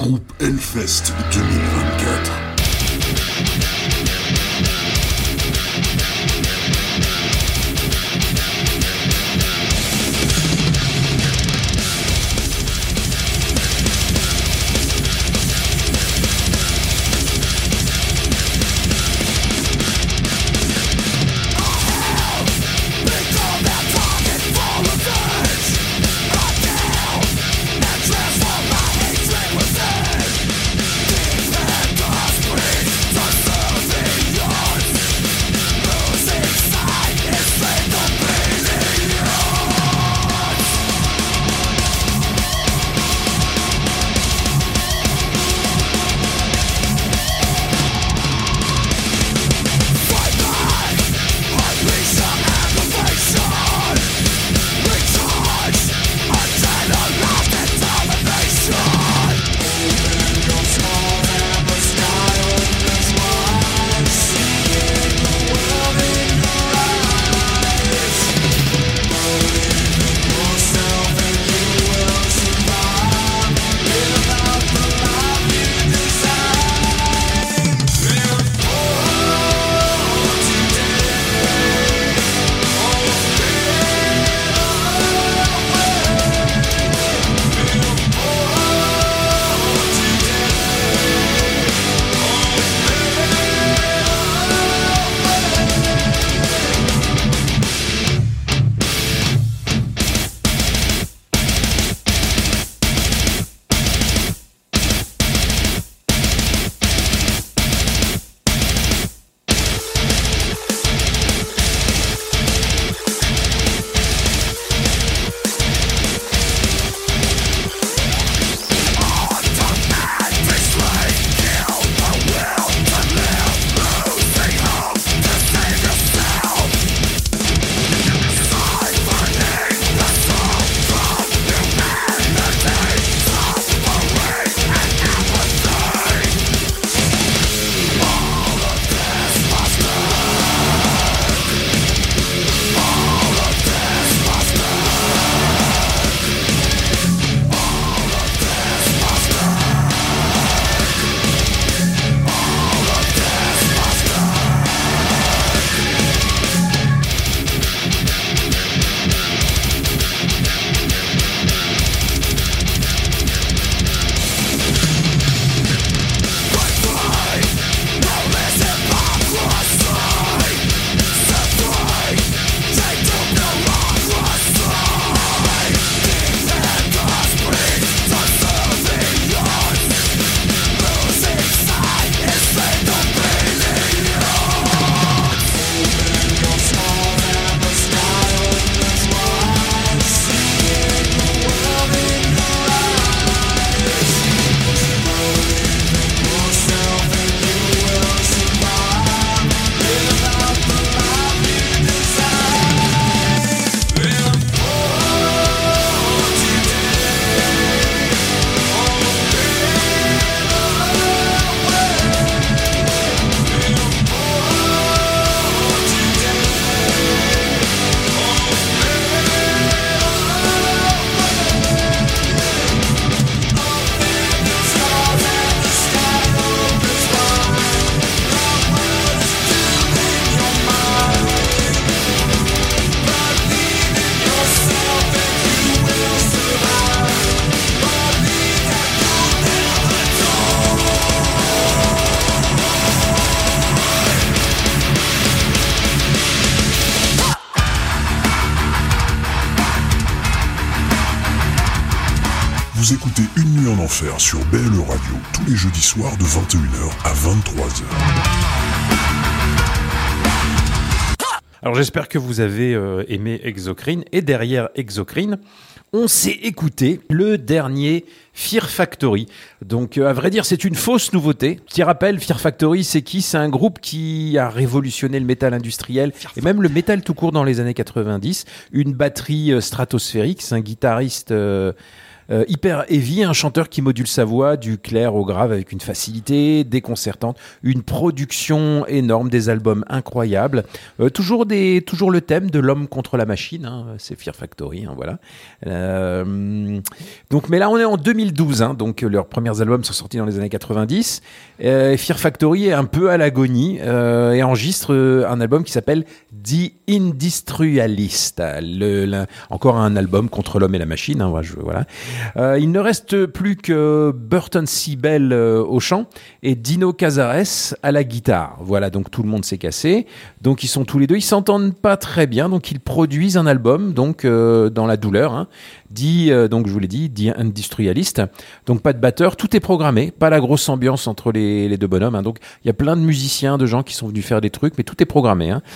[SPEAKER 6] groupe Hellfest 2024. Vous écoutez Une nuit en enfer sur BLE Radio tous les jeudis soirs de 21h à 23h.
[SPEAKER 4] Alors j'espère que vous avez aimé Exocrine. Et derrière Exocrine, on s'est écouté le dernier Fear Factory. Donc à vrai dire, c'est une fausse nouveauté. Petit rappel, Fear Factory, c'est qui ? C'est un groupe qui a révolutionné le métal industriel et même le métal tout court dans les années 90. Une batterie stratosphérique, c'est un guitariste hyper heavy, un chanteur qui module sa voix du clair au grave avec une facilité déconcertante, une production énorme, des albums incroyables, toujours le thème de l'homme contre la machine, hein, c'est Fear Factory, hein, voilà. Donc, mais là on est en 2012, hein, donc leurs premiers albums sont sortis dans les années 90. Fear Factory est un peu à l'agonie et enregistre un album qui s'appelle The Industrialist, encore un album contre l'homme et la machine, hein, voilà. Il ne reste plus que Burton C. Bell au chant et Dino Cazares à la guitare. Voilà, donc tout le monde s'est cassé. Donc ils sont tous les deux, ils s'entendent pas très bien, donc ils produisent un album donc dans la douleur, hein, donc je vous l'ai dit, The Industrialist. Donc pas de batteur, tout est programmé, pas la grosse ambiance entre les deux bonhommes, hein. Donc il y a plein de musiciens, de gens qui sont venus faire des trucs, mais tout est programmé, hein.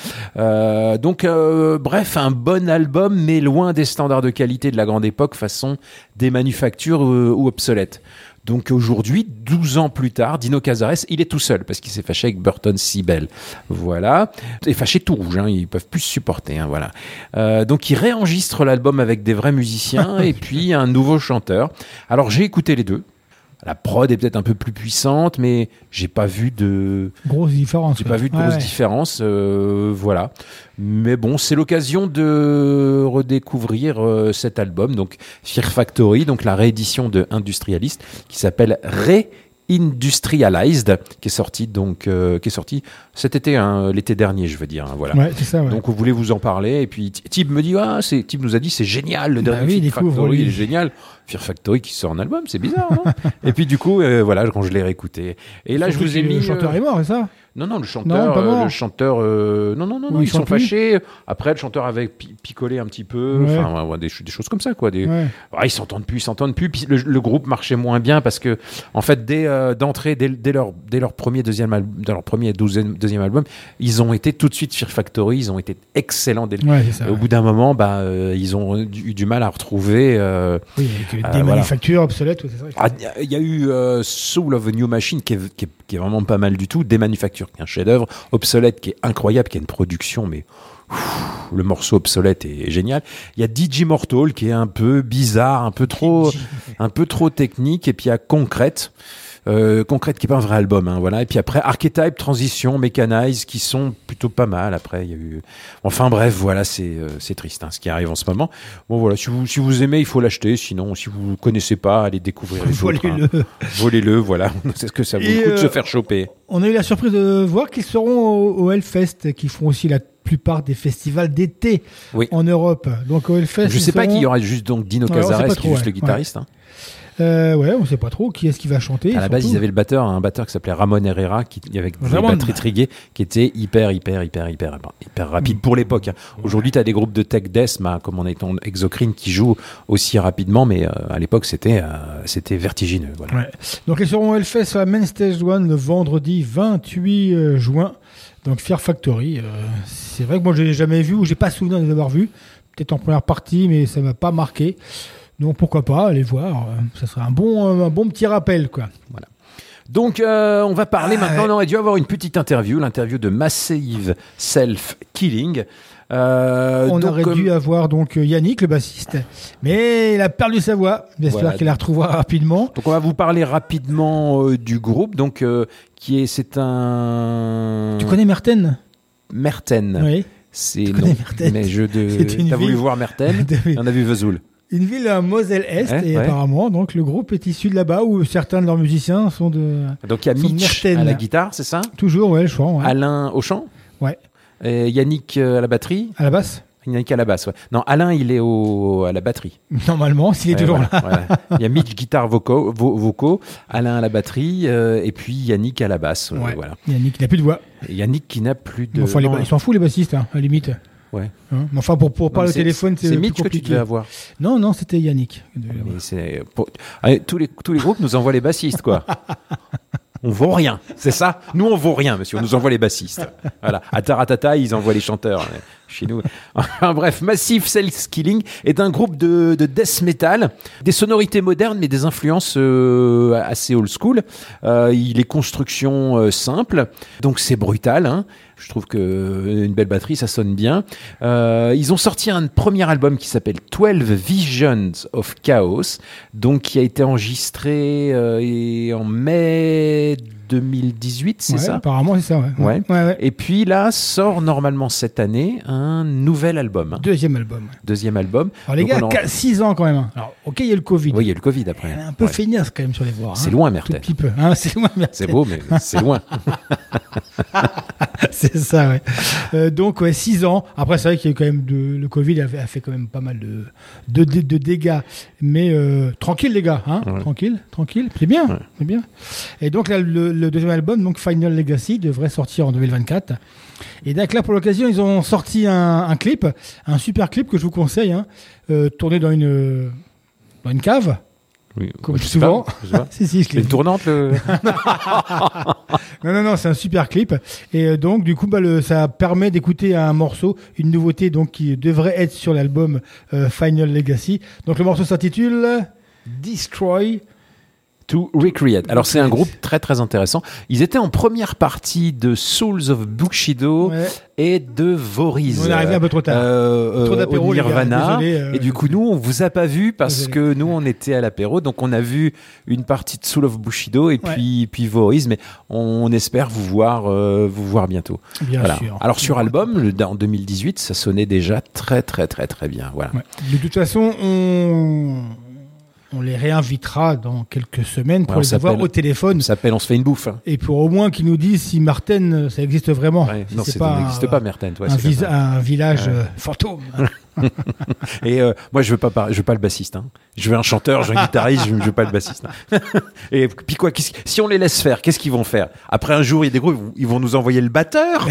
[SPEAKER 4] Bref, un bon album, mais loin des standards de qualité de la grande époque, façon des manufactures ou obsolètes. Donc aujourd'hui, 12 ans plus tard, Dino Cazares, il est tout seul parce qu'il s'est fâché avec Burton C. Bell. Voilà. Et fâché tout rouge, hein, ils peuvent plus se supporter, hein, voilà. Donc il réenregistre l'album avec des vrais musiciens et puis un nouveau chanteur. Alors j'ai écouté les deux. La prod est peut-être un peu plus puissante, mais j'ai pas vu de
[SPEAKER 5] grosse différence.
[SPEAKER 4] J'ai pas vu de grosse différence, voilà. Mais bon, c'est l'occasion de redécouvrir cet album, donc Fear Factory, donc la réédition de Industrialist, qui s'appelle Industrialized, qui est sorti cet été, hein, l'été dernier, je veux dire, hein, voilà.
[SPEAKER 5] Ouais, c'est ça, ouais.
[SPEAKER 4] Donc on voulait vous en parler, et puis Tib me dit, Tib nous a dit c'est génial, le dernier Fear Factory, il est génial. Fear Factory qui sort un album, c'est bizarre, non? Et puis du coup, voilà, quand je l'ai réécouté, et là je vous ai mis.
[SPEAKER 5] Le chanteur est mort, c'est ça?
[SPEAKER 4] Non, le chanteur, non, ils sont fâchés. Après, le chanteur avait picolé un petit peu, enfin, des choses comme ça, quoi. Ils s'entendent plus. Puis le groupe marchait moins bien parce que, en fait, dès leur premier, deuxième album, ils ont été tout de suite Fear Factory, ils ont été excellents au bout d'un moment, ils ont eu du mal à retrouver.
[SPEAKER 5] Oui, avec des manufactures obsolètes, c'est ça.
[SPEAKER 4] Il y a eu Soul of a New Machine qui est vraiment pas mal du tout, des manufactures, qui est un chef-d'œuvre, obsolète qui est incroyable, qui a une production, mais le morceau obsolète est génial. Il y a Digimortal qui est un peu bizarre, un peu trop technique, et puis il y a Concrete qui est pas un vrai album, hein, voilà. Et puis après Archetype, Transition, Mechanize qui sont plutôt pas mal. Après il y a eu, enfin bref, voilà, c'est triste, hein, ce qui arrive en ce moment. Bon voilà, si vous aimez, il faut l'acheter. Sinon, si vous connaissez pas, allez découvrir les autres. Volez-le, voilà. C'est ce que ça vaut le coup de se faire choper.
[SPEAKER 5] On a eu la surprise de voir qu'ils seront au Hellfest, qui font aussi la plupart des festivals d'été en Europe. Donc au Hellfest,
[SPEAKER 4] je sais pas qu'il y aura juste donc Dino Cazares qui est juste le guitariste. Hein.
[SPEAKER 5] On sait pas trop qui est-ce qui va chanter.
[SPEAKER 4] À la base, ils avaient un batteur qui s'appelait Ramon Herrera, avec une batterie triguée, qui était hyper rapide pour l'époque. Hein. Aujourd'hui, tu as des groupes de tech death, comme on est en Exocrine, qui jouent aussi rapidement, mais à l'époque, c'était vertigineux. Voilà. Ouais.
[SPEAKER 5] Donc, ils seront Hellfest sur la Main Stage 1 le vendredi 28 juin. Donc, Fear Factory. C'est vrai que moi, je l'ai jamais vu, ou j'ai pas souvenir de les avoir vus. Peut-être en première partie, mais ça m'a pas marqué. Donc pourquoi pas aller voir, ça serait un bon petit rappel, quoi. Voilà.
[SPEAKER 4] Donc on va parler maintenant, on aurait dû avoir une petite l'interview de Massive Self-Killing.
[SPEAKER 5] On aurait dû avoir donc Yannick, le bassiste, mais il a perdu sa voix. J'espère qu'il la retrouvera rapidement.
[SPEAKER 4] Donc on va vous parler rapidement du groupe, donc c'est un.
[SPEAKER 5] Tu connais Merten?
[SPEAKER 4] Merten.
[SPEAKER 5] Oui.
[SPEAKER 4] C'est non, Merten. Mais t'as voulu voir Merten, on a vu Vesoul.
[SPEAKER 5] Une ville à Moselle-Est, et apparemment, donc, le groupe est issu de là-bas, où certains de leurs musiciens sont de.
[SPEAKER 4] Donc, il y a Mitch à la guitare, c'est ça?
[SPEAKER 5] Toujours, le chant. Ouais.
[SPEAKER 4] Alain au chant?
[SPEAKER 5] Ouais.
[SPEAKER 4] Et Yannick à la batterie?
[SPEAKER 5] À la basse?
[SPEAKER 4] Yannick à la basse, ouais. Non, Alain, il est à la batterie.
[SPEAKER 5] Normalement, s'il est toujours là.
[SPEAKER 4] Voilà. Il y a Mitch, guitare, vocaux, Alain à la batterie, et puis Yannick à la basse. Voilà.
[SPEAKER 5] Yannick, il n'a plus de voix.
[SPEAKER 4] Et Yannick qui n'a plus de.
[SPEAKER 5] Enfin, ils s'en foutent, les bassistes, à la limite.
[SPEAKER 4] Ouais.
[SPEAKER 5] Mais enfin, pour parler au téléphone, c'est
[SPEAKER 4] Mitch que tu devais avoir.
[SPEAKER 5] Non, c'était Yannick.
[SPEAKER 4] Tous les groupes nous envoient les bassistes, quoi. On vaut rien, c'est ça. Nous, on vaut rien, monsieur. On nous envoie les bassistes. Voilà. À Taratata, ils envoient les chanteurs. chez nous. Enfin, bref, Massive Self-Killing est un groupe de death metal, des sonorités modernes mais des influences assez old school. Il est construction simple, donc c'est brutal. Hein. Je trouve qu'une belle batterie, ça sonne bien. Ils ont sorti un premier album qui s'appelle 12 Visions of Chaos, donc qui a été enregistré en mai 2018, c'est ça ?
[SPEAKER 5] Apparemment, c'est ça, ouais. Ouais.
[SPEAKER 4] Et puis là, sort normalement cette année un nouvel album. Hein.
[SPEAKER 5] Deuxième album. Alors les
[SPEAKER 4] donc
[SPEAKER 5] gars, 6 ans quand même. Alors, ok, il y a le Covid.
[SPEAKER 4] Oui, il y a le Covid après.
[SPEAKER 5] Elle est un peu feignasse quand même sur les voix.
[SPEAKER 4] C'est loin, Mertel.
[SPEAKER 5] Un petit peu. Hein, c'est loin, Mertel.
[SPEAKER 4] C'est beau, mais c'est loin.
[SPEAKER 5] C'est ça, ouais. Donc, 6 ans. Après, c'est vrai qu'il y a eu quand même le Covid a fait quand même pas mal de dégâts. Mais tranquille, les gars. Hein,
[SPEAKER 4] ouais.
[SPEAKER 5] Tranquille. C'est bien. Ouais. C'est bien. Et donc, là, le deuxième album, donc Final Legacy, devrait sortir en 2024. Et donc là, pour l'occasion, ils ont sorti un clip, un super clip que je vous conseille, hein, tourné dans une cave.
[SPEAKER 4] Oui,
[SPEAKER 5] comme souvent.
[SPEAKER 4] Si, je l'ai une tournante.
[SPEAKER 5] Non, c'est un super clip. Et donc, du coup, ça permet d'écouter un morceau, une nouveauté donc qui devrait être sur l'album Final Legacy. Donc, le morceau s'intitule Destroy
[SPEAKER 4] to Recreate. Alors, c'est un groupe très, très intéressant. Ils étaient en première partie de Souls of Bushido et de Voriz.
[SPEAKER 5] On est arrivé un peu trop tard.
[SPEAKER 4] Trop d'apéro,
[SPEAKER 5] au Nirvana.
[SPEAKER 4] Désolé, et du coup, nous, on vous a pas vu parce que nous, on était à l'apéro. Donc, on a vu une partie de Souls of Bushido et puis Voriz. Mais on espère vous voir bientôt.
[SPEAKER 5] Bien sûr.
[SPEAKER 4] Alors, sur album, en 2018, ça sonnait déjà très, très, très, très bien. Voilà.
[SPEAKER 5] Ouais. De toute façon, on les réinvitera dans quelques semaines pour les avoir au téléphone.
[SPEAKER 4] Ça s'appelle On se fait une bouffe. Hein.
[SPEAKER 5] Et pour au moins qu'ils nous disent si Martène, ça existe vraiment.
[SPEAKER 4] Ouais, non, ça n'existe pas, Martène.
[SPEAKER 5] Un village fantôme.
[SPEAKER 4] Et moi, je veux pas le bassiste. Hein. Je veux un chanteur, je veux un guitariste, je veux pas le bassiste. Et puis quoi, si on les laisse faire, qu'est-ce qu'ils vont faire ? Après un jour, il y a des groupes, ils vont nous envoyer le batteur.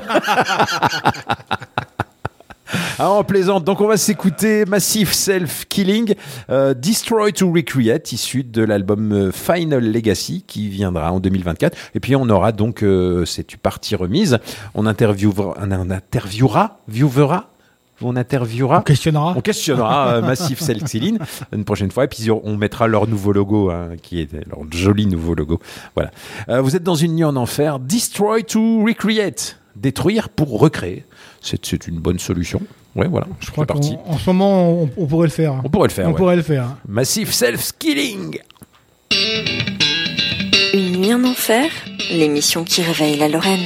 [SPEAKER 4] On plaisante. Donc on va s'écouter Massive Self-Killing, Destroy to Recreate, issu de l'album Final Legacy qui viendra en 2024. Et puis on aura donc c'est une partie remise. On questionnera Massive Self-Killing une prochaine fois. Et puis on mettra leur nouveau logo, hein, qui est leur joli nouveau logo. Voilà. Vous êtes dans une nuit en enfer. Destroy to Recreate. Détruire pour recréer. C'est une bonne solution. Ouais, voilà.
[SPEAKER 5] Je crois qu'en ce moment, on pourrait le faire.
[SPEAKER 4] On pourrait le faire.
[SPEAKER 5] Pourrait le faire.
[SPEAKER 4] Massive Self-Killing.
[SPEAKER 7] Une nuit en enfer, l'émission qui réveille la Lorraine.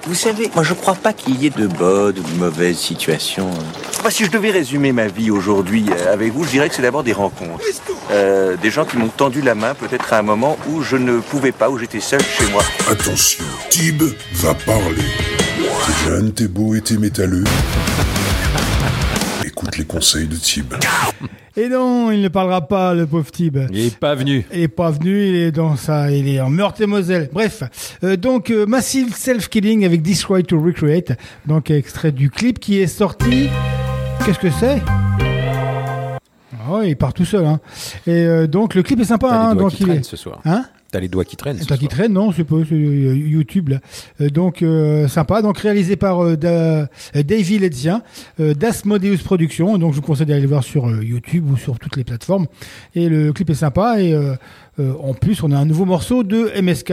[SPEAKER 8] Vous savez, moi je crois pas qu'il y ait de bonnes ou de mauvaises situations. Enfin, si je devais résumer ma vie aujourd'hui avec vous, je dirais que c'est d'abord des rencontres. Des gens qui m'ont tendu la main peut-être à un moment où je ne pouvais pas, où j'étais seul chez moi.
[SPEAKER 6] Attention, Tib va parler. T'es jeune, t'es beau et t'es métalleux. Écoute les conseils de Tib.
[SPEAKER 5] Et non, il ne parlera pas, le pauvre Tib.
[SPEAKER 4] Il est pas venu.
[SPEAKER 5] Il est pas venu, il est en Meurthe-et-Moselle. Bref, donc Massive Self-Killing avec Destroy to Recreate, donc extrait du clip qui est sorti. Qu'est-ce que c'est? Oh, il part tout seul, hein. Et donc le clip est sympa,
[SPEAKER 4] T'as les doigts
[SPEAKER 5] donc
[SPEAKER 4] qui
[SPEAKER 5] il
[SPEAKER 4] traînent
[SPEAKER 5] est.
[SPEAKER 4] ce soir.
[SPEAKER 5] Hein?
[SPEAKER 4] T'as les doigts qui traînent.
[SPEAKER 5] Toi qui traîne, non, c'est pas c'est YouTube là. Donc sympa, donc réalisé par Davy Ledzien, d'Asmodeus Productions. Donc je vous conseille d'aller le voir sur YouTube ou sur toutes les plateformes. Et le clip est sympa et en plus on a un nouveau morceau de MSK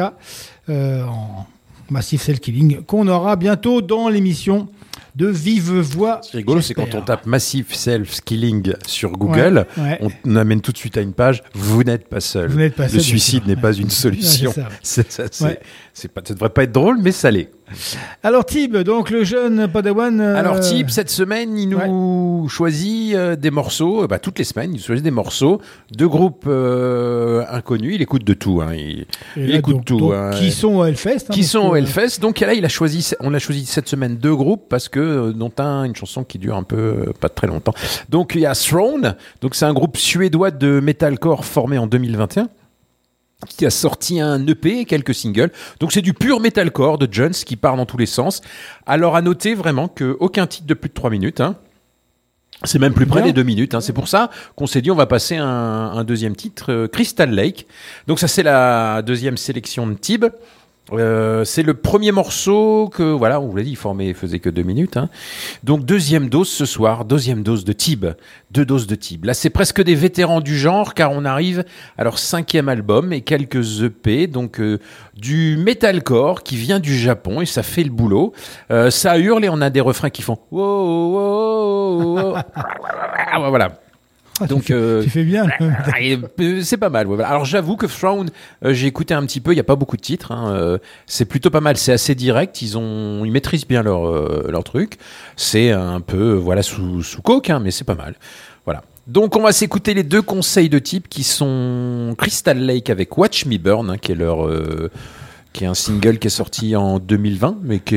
[SPEAKER 5] en Massive Self-Killing qu'on aura bientôt dans l'émission de vive voix.
[SPEAKER 4] Ce qui est rigolo, c'est quand on tape Massive Self-Killing sur Google,
[SPEAKER 5] ouais.
[SPEAKER 4] on amène tout de suite à une page. Vous n'êtes pas seul.
[SPEAKER 5] Vous n'êtes pas seul,
[SPEAKER 4] Le suicide n'est pas une solution.
[SPEAKER 5] Ouais, c'est ça.
[SPEAKER 4] Ça devrait pas être drôle, mais ça l'est.
[SPEAKER 5] Alors Tib, donc le jeune Padawan.
[SPEAKER 4] Alors Tib, cette semaine, il nous choisit des morceaux. Toutes les semaines, il choisit des morceaux de groupes inconnus. Il écoute de tout. Hein. Il écoute
[SPEAKER 5] donc,
[SPEAKER 4] tout.
[SPEAKER 5] donc,
[SPEAKER 4] hein.
[SPEAKER 5] Qui sont au Hellfest.
[SPEAKER 4] Qui sont au Hellfest. Donc là, on a choisi cette semaine deux groupes parce que dont une chanson qui dure un peu, pas très longtemps. Donc il y a Throne. Donc c'est un groupe suédois de metalcore formé en 2021. Qui a sorti un EP et quelques singles. Donc c'est du pur metalcore de Jones qui part dans tous les sens. Alors à noter vraiment qu'aucun titre de plus de 3 minutes. Hein. C'est même plus près des 2 minutes. Hein. C'est pour ça qu'on s'est dit on va passer un deuxième titre, Crystal Lake. Donc ça c'est la deuxième sélection de Tib. C'est le premier morceau que, voilà, on vous l'a dit, il faisait que 2 minutes. Hein. Donc, deuxième dose ce soir, deuxième dose de Tib. 2 doses de Tib. Là, c'est presque des vétérans du genre, car on arrive à leur 5e album et quelques EP, donc du metalcore qui vient du Japon et ça fait le boulot. Ça hurle et on a des refrains qui font wow, wow, wow. Voilà. Donc,
[SPEAKER 5] tu fais bien.
[SPEAKER 4] C'est pas mal. Ouais. Alors j'avoue que Throne, j'ai écouté un petit peu. Il y a pas beaucoup de titres. Hein. C'est plutôt pas mal. C'est assez direct. Ils maîtrisent bien leur truc. C'est un peu sous coke, hein, mais c'est pas mal. Voilà. Donc on va s'écouter les deux conseils de type qui sont Crystal Lake avec Watch Me Burn, hein, qui est un single qui est sorti en 2020, mais qui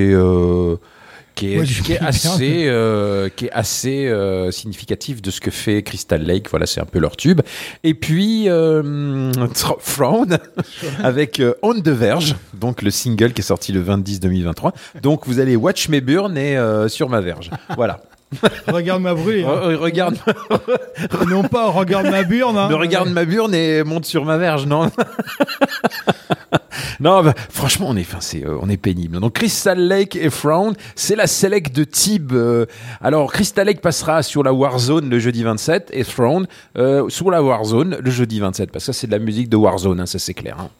[SPEAKER 4] est assez significatif de ce que fait Crystal Lake. Voilà, c'est un peu leur tube. Et puis Throne avec On the Verge, donc le single qui est sorti le 20-10-2023. Donc vous allez Watch Me Burn et Sur ma verge. Voilà.
[SPEAKER 5] Regarde ma brûle. Hein.
[SPEAKER 4] Regarde.
[SPEAKER 5] Non pas regarde ma burne. Hein.
[SPEAKER 4] Me regarde ma burne et monte sur ma verge, non. Non, franchement, on est pénible. Donc, Crystal Lake et Throne, c'est la select de Tib. Alors, Crystal Lake passera sur la Warzone le jeudi 27 et Throne sur la Warzone le jeudi 27. Parce que ça, c'est de la musique de Warzone, hein, ça c'est clair. Hein.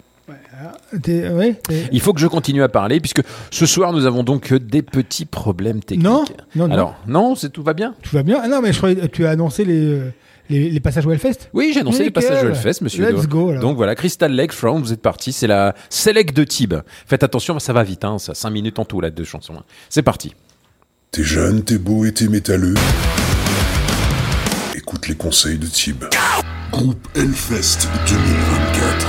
[SPEAKER 4] Il faut que je continue à parler puisque ce soir nous avons donc des petits problèmes techniques.
[SPEAKER 5] Non.
[SPEAKER 4] Alors, non, tout va bien.
[SPEAKER 5] Tout va bien. Ah non, mais je croyais que tu as annoncé les passages au Hellfest.
[SPEAKER 4] Oui, j'ai annoncé les passages au Hellfest, monsieur.
[SPEAKER 5] Let's go. Alors.
[SPEAKER 4] Donc voilà, Crystal Lake, Throne, vous êtes partis. C'est la select de Tib. Faites attention, ça va vite. Hein, ça 5 minutes en tout, là, 2 chansons. Hein. C'est parti.
[SPEAKER 6] T'es jeune, t'es beau et t'es métalleux. Écoute les conseils de Tib. Groupe Hellfest 2024.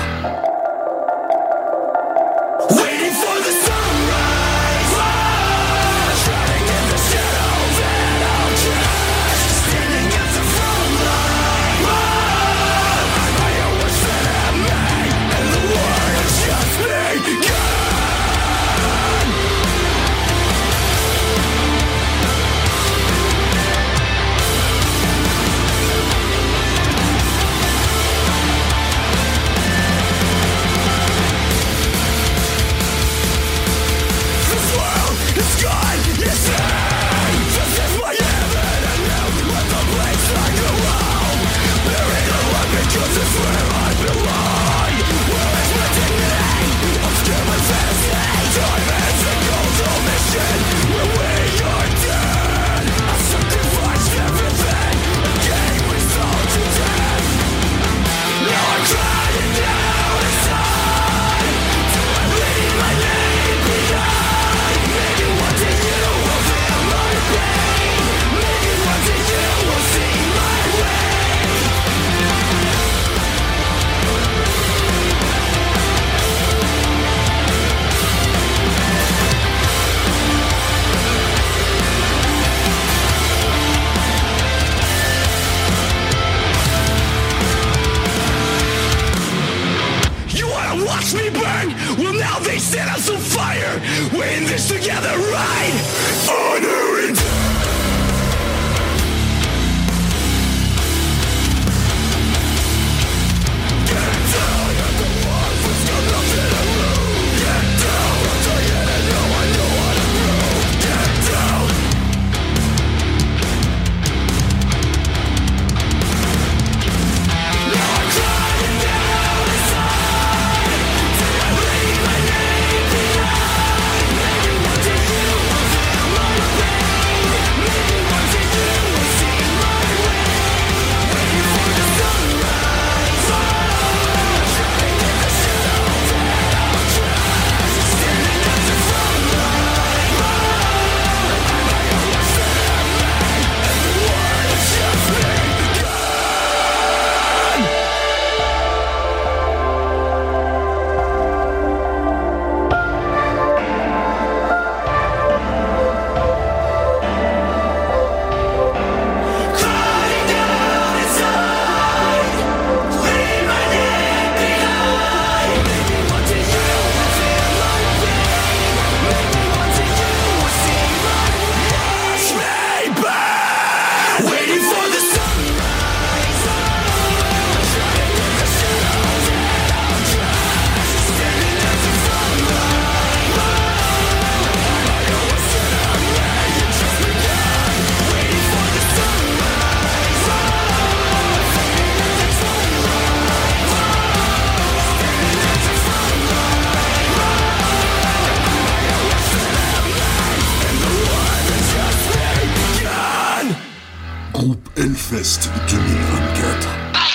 [SPEAKER 6] groupe Hellfest 2024.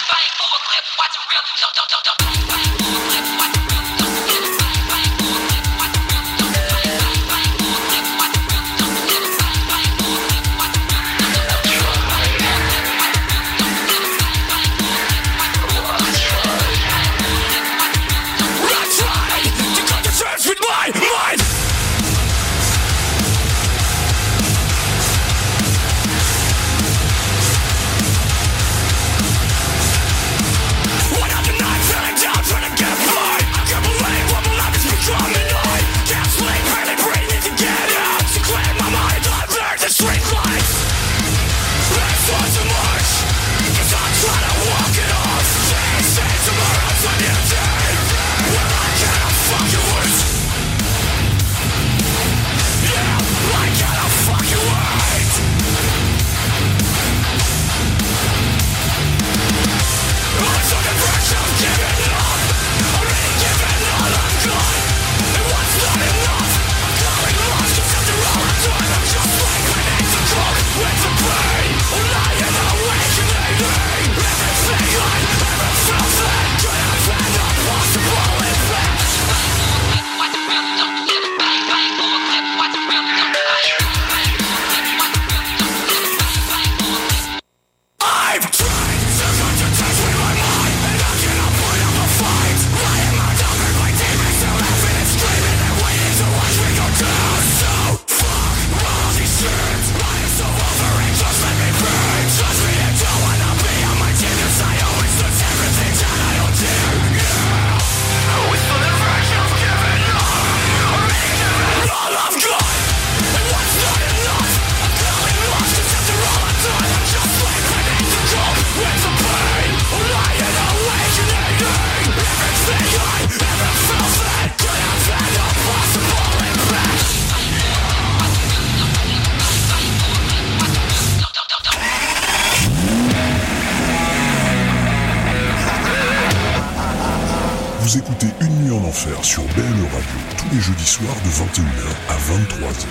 [SPEAKER 6] Vous écoutez Une nuit en enfer sur BLE Radio tous les jeudis soirs de 21h à 23h.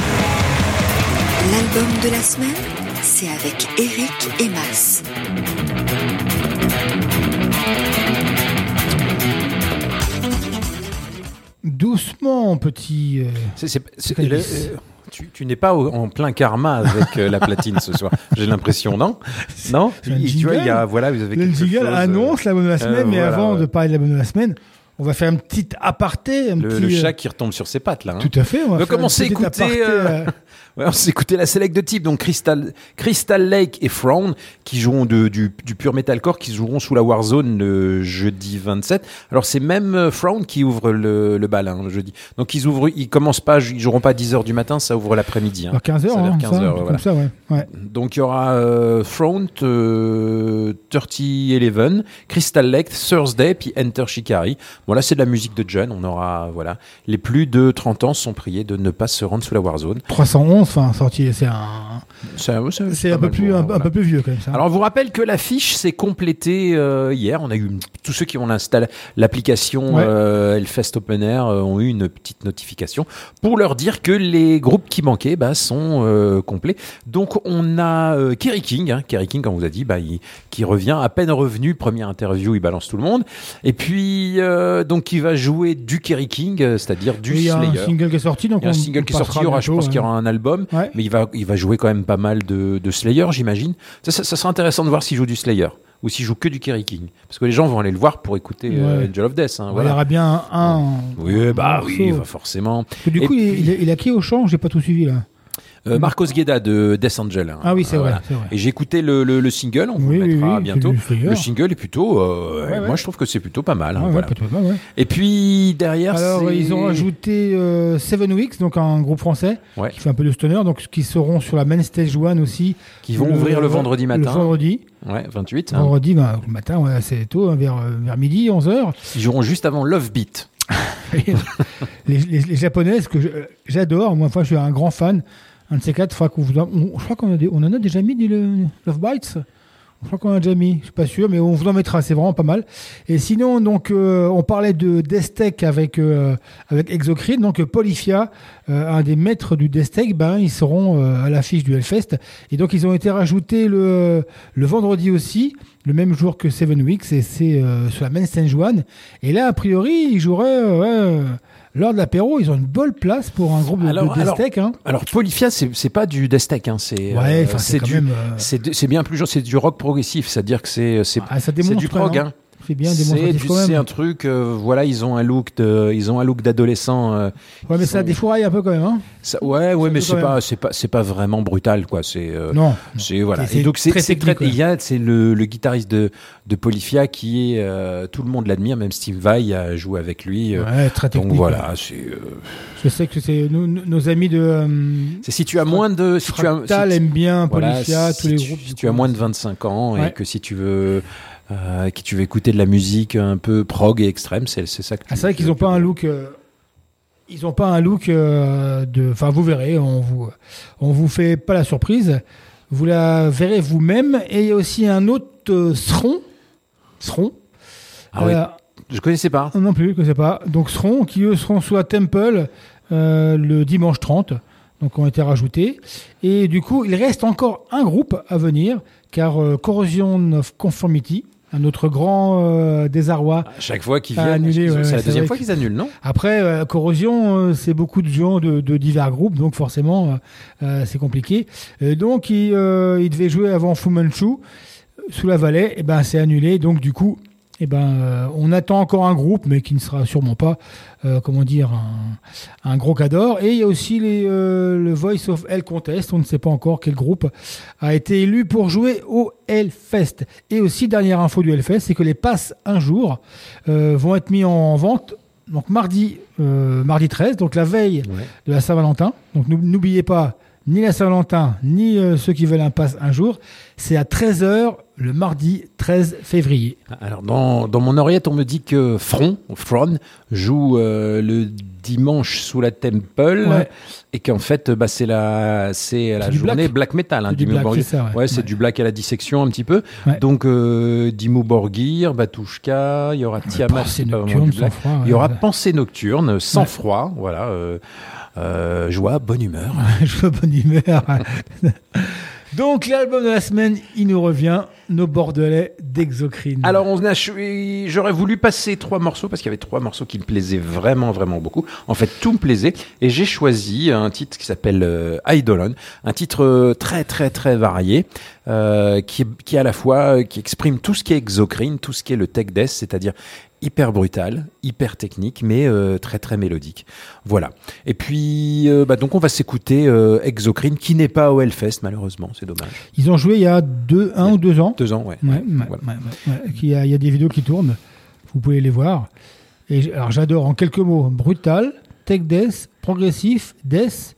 [SPEAKER 7] L'album de la semaine, c'est avec Eric et Mas.
[SPEAKER 5] Doucement, petit.
[SPEAKER 4] Tu n'es pas en plein karma avec la platine ce soir, j'ai l'impression, non? Non?
[SPEAKER 5] C'est un
[SPEAKER 4] Tu vois,
[SPEAKER 5] jingle.
[SPEAKER 4] vous avez
[SPEAKER 5] Le
[SPEAKER 4] quelque
[SPEAKER 5] jingle
[SPEAKER 4] chose,
[SPEAKER 5] annonce l'album de la semaine, mais
[SPEAKER 4] voilà,
[SPEAKER 5] avant
[SPEAKER 4] ouais.
[SPEAKER 5] de parler de l'album de la semaine, on va faire un petit aparté.
[SPEAKER 4] Le chat qui retombe sur ses pattes, là. Hein.
[SPEAKER 5] Tout à fait. On va
[SPEAKER 4] Donc,
[SPEAKER 5] faire
[SPEAKER 4] comment
[SPEAKER 5] un
[SPEAKER 4] c'est
[SPEAKER 5] petit
[SPEAKER 4] écouté
[SPEAKER 5] aparté,
[SPEAKER 4] on s'est écouté la select de type, donc Crystal Lake et Frown, qui joueront du pur metalcore, qui joueront sous la Warzone le jeudi 27. Alors c'est même Frown qui ouvre le bal, hein, le jeudi. Donc ils joueront pas à 10h du matin, ça ouvre l'après-midi. Hein.
[SPEAKER 5] vers 15h.
[SPEAKER 4] Ça a l'air 15h,
[SPEAKER 5] comme
[SPEAKER 4] voilà.
[SPEAKER 5] ça, ouais.
[SPEAKER 4] Donc il y aura Front, 3011, Crystal Lake, Thursday, puis Enter Shikari. Bon là c'est de la musique de John, on aura, voilà. Les plus de 30 ans sont priés de ne pas se rendre sous la Warzone.
[SPEAKER 5] 311, enfin, sorti, c'est un.
[SPEAKER 4] C'est
[SPEAKER 5] C'est un peu plus vieux quand même. Ça.
[SPEAKER 4] Alors, on vous rappelle que la fiche s'est complétée hier. On a eu tous ceux qui ont installé l'application Hellfest Open Air ont eu une petite notification pour leur dire que les groupes qui manquaient sont complets. Donc, on a Kerry King, comme on vous a dit, qui revient à peine revenu. Première interview, il balance tout le monde. Et puis, donc, il va jouer du Kerry King, c'est-à-dire du Slayer.
[SPEAKER 5] Il y a un single qui est sorti, donc
[SPEAKER 4] il y a un single qui est sorti. Je pense qu'il y aura un album, mais il va jouer quand même pas mal de Slayer, j'imagine. Ça sera intéressant de voir s'il joue du Slayer ou s'il joue que du Kerry King, parce que les gens vont aller le voir pour écouter Angel of Death. Hein,
[SPEAKER 5] Il y aura bien un.
[SPEAKER 4] Oui, forcément.
[SPEAKER 5] Du coup, il a qui au chant? J'ai pas tout suivi là.
[SPEAKER 4] Marcos Gueda de Death Angel. Hein.
[SPEAKER 5] Ah oui, c'est vrai.
[SPEAKER 4] Et j'ai écouté le single, on vous le mettra bientôt. Le single est plutôt, moi je trouve que c'est plutôt pas mal. Hein, voilà. Et puis derrière,
[SPEAKER 5] alors ils ont ajouté Seven Weeks, donc un groupe français qui fait un peu de stoner, donc qui seront sur la main stage one aussi.
[SPEAKER 4] Qui vont ouvrir le vendredi matin.
[SPEAKER 5] Le vendredi.
[SPEAKER 4] Ouais, 28.
[SPEAKER 5] Vendredi matin, c'est tôt, vers midi, 11h.
[SPEAKER 4] Ils joueront juste avant Love Beat.
[SPEAKER 5] les japonaises que j'adore, moi je suis un grand fan. Un de ces quatre, je crois qu'on en a déjà mis des Love Bites. Je crois qu'on a déjà mis, je suis pas sûr, mais on vous en mettra, c'est vraiment pas mal. Et sinon, donc, on parlait de Death Tech avec Exocrine, donc Polyphia, un des maîtres du Death Tech, ils seront à l'affiche du Hellfest. Et donc, ils ont été rajoutés le vendredi aussi, le même jour que Seven Weeks, et c'est sur la Main Stage One. Et là, a priori, ils joueraient... lors de l'apéro, ils ont une bonne place pour un groupe de Death Tech. Hein.
[SPEAKER 4] Alors, Polyphia, c'est pas du Death Tech. Hein, c'est bien plus genre, c'est du rock progressif. C'est-à-dire que c'est du prog. Hein.
[SPEAKER 5] C'est bien démonstratif quand même.
[SPEAKER 4] C'est un truc, voilà, ils ont un look d'adolescent.
[SPEAKER 5] Ouais, mais ça défouraille un peu quand même. Hein.
[SPEAKER 4] Mais c'est pas vraiment brutal, quoi.
[SPEAKER 5] Non.
[SPEAKER 4] Voilà.
[SPEAKER 5] Et
[SPEAKER 4] donc c'est
[SPEAKER 5] technique,
[SPEAKER 4] c'est le guitariste de Polyphia qui est tout le monde l'admire, même Steve Vai a joué avec lui.
[SPEAKER 5] Très technique.
[SPEAKER 4] Donc voilà,
[SPEAKER 5] je sais que c'est nos amis de.
[SPEAKER 4] Si tu as moins de,
[SPEAKER 5] Fractal aime bien Polyphia, tous les groupes.
[SPEAKER 4] Si tu as moins de 25 ans et que si tu veux. Que tu veux écouter de la musique un peu prog et extrême, c'est ça que tu...
[SPEAKER 5] c'est vrai qu'ils n'ont pas un look... Ils n'ont pas un look de... Enfin, vous verrez, on vous fait pas la surprise. Vous la verrez vous-même. Et il y a aussi un autre Sron.
[SPEAKER 4] Ah oui, je connaissais pas.
[SPEAKER 5] Non plus, je connaissais pas. Donc Sron, qui eux seront sous la Temple le dimanche 30. Donc ont été rajoutés. Et du coup, il reste encore un groupe à venir, car Corrosion of Conformity, un autre grand désarroi.
[SPEAKER 4] À chaque fois qu'ils viennent, c'est la deuxième fois qu'ils annulent, non ?
[SPEAKER 5] Après, Corrosion, c'est beaucoup de gens de divers groupes, donc forcément, c'est compliqué. Donc, il devait jouer avant Fu Manchu, sous la vallée, et c'est annulé. Donc, du coup, on attend encore un groupe, mais qui ne sera sûrement pas, un gros cador. Et il y a aussi le Voice of Hell Contest. On ne sait pas encore quel groupe a été élu pour jouer au Hellfest. Et aussi, dernière info du Hellfest, c'est que les passes un jour vont être mis en vente. Donc mardi 13, donc la veille de la Saint-Valentin. Donc n'oubliez pas, ni la Saint-Valentin, ni ceux qui veulent un pass un jour. C'est à 13h le mardi 13 février.
[SPEAKER 4] Alors, dans mon oreillette, on me dit que Fron joue le dimanche sous la Temple et qu'en fait, c'est la journée black metal. Hein,
[SPEAKER 5] du black, c'est ça,
[SPEAKER 4] c'est du black à la dissection un petit peu. Ouais. Donc, Dimmu Borgir, Batushka, il y aura Tiamat,
[SPEAKER 5] c'est pas vraiment du black.
[SPEAKER 4] Il y aura Pensée Nocturne, Sans Froid, voilà. Joie, bonne humeur.
[SPEAKER 5] Joie, bonne humeur. Donc l'album de la semaine, il nous revient, Nos Bordelais d'Exocrine.
[SPEAKER 4] Alors j'aurais voulu passer 3 morceaux parce qu'il y avait 3 morceaux qui me plaisaient vraiment, vraiment beaucoup. En fait, tout me plaisait et j'ai choisi un titre qui s'appelle Eidolon, un titre très, très, très varié qui à la fois qui exprime tout ce qui est Exocrine, tout ce qui est le tech death, c'est-à-dire hyper brutal, hyper technique, mais très très mélodique. Voilà. Et puis, donc on va s'écouter Exocrine, qui n'est pas au Hellfest, malheureusement, c'est dommage.
[SPEAKER 5] Ils ont joué il y a 1 ou 2 ans.
[SPEAKER 4] 2 ans, ouais.
[SPEAKER 5] Il y a des vidéos qui tournent, vous pouvez les voir. Et alors j'adore, en quelques mots, brutal, tech death, progressif, death,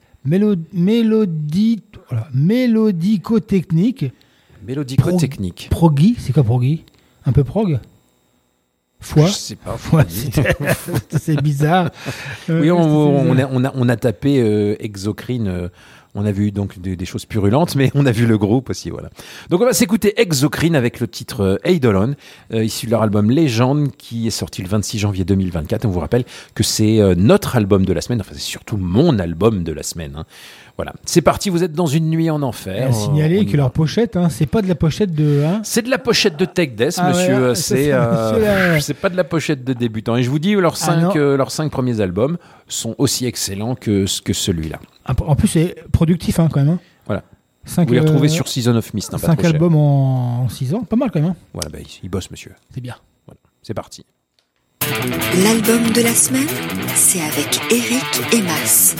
[SPEAKER 5] mélodico-technique.
[SPEAKER 4] Mélodico-technique.
[SPEAKER 5] Proggy, c'est quoi proggy ? Un peu prog ?
[SPEAKER 4] Je sais pas.
[SPEAKER 5] C'est bizarre.
[SPEAKER 4] Oui, on a tapé Exocrine. On a vu donc des choses purulentes, mais on a vu le groupe aussi, voilà. Donc on va s'écouter Exocrine avec le titre Eidolon, issu de leur album Légende, qui est sorti le 26 janvier 2024. Et on vous rappelle que c'est notre album de la semaine. Enfin, c'est surtout mon album de la semaine. Hein. Voilà, c'est parti, vous êtes dans une nuit en enfer.
[SPEAKER 5] À signaler que leur pochette, c'est pas de la pochette de...
[SPEAKER 4] c'est de la pochette de Tech Death, monsieur.
[SPEAKER 5] Ouais,
[SPEAKER 4] c'est pas de la pochette de débutant. Et je vous dis, leurs 5 premiers albums sont aussi excellents que celui-là.
[SPEAKER 5] En plus, c'est productif quand même. Hein.
[SPEAKER 4] Voilà. Vous les retrouvez sur Season of Mist.
[SPEAKER 5] 5 albums en 6 ans, pas mal quand même.
[SPEAKER 4] Voilà, il bosse, monsieur.
[SPEAKER 5] C'est bien.
[SPEAKER 4] Voilà. C'est parti.
[SPEAKER 7] L'album de la semaine, c'est avec Eric et Mas.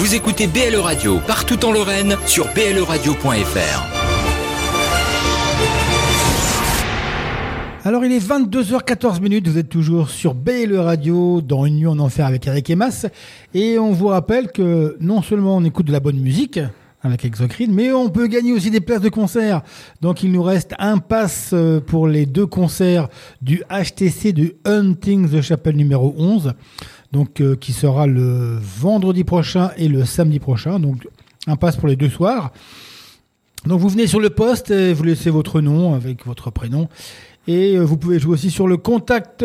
[SPEAKER 1] Vous écoutez BLE Radio partout en Lorraine sur bleradio.fr.
[SPEAKER 5] Alors il est 22h14, vous êtes toujours sur BLE Radio dans Une nuit en enfer avec Eric et Mas. Et on vous rappelle que non seulement on écoute de la bonne musique avec Exocrine, mais on peut gagner aussi des places de concert. Donc il nous reste un pass pour les 2 concerts du HTC du Hunting the Chapel numéro 11, donc qui sera le vendredi prochain et le samedi prochain. Donc un pass pour les 2 soirs. Donc vous venez sur le poste et vous laissez votre nom avec votre prénom. Et vous pouvez jouer aussi sur le contact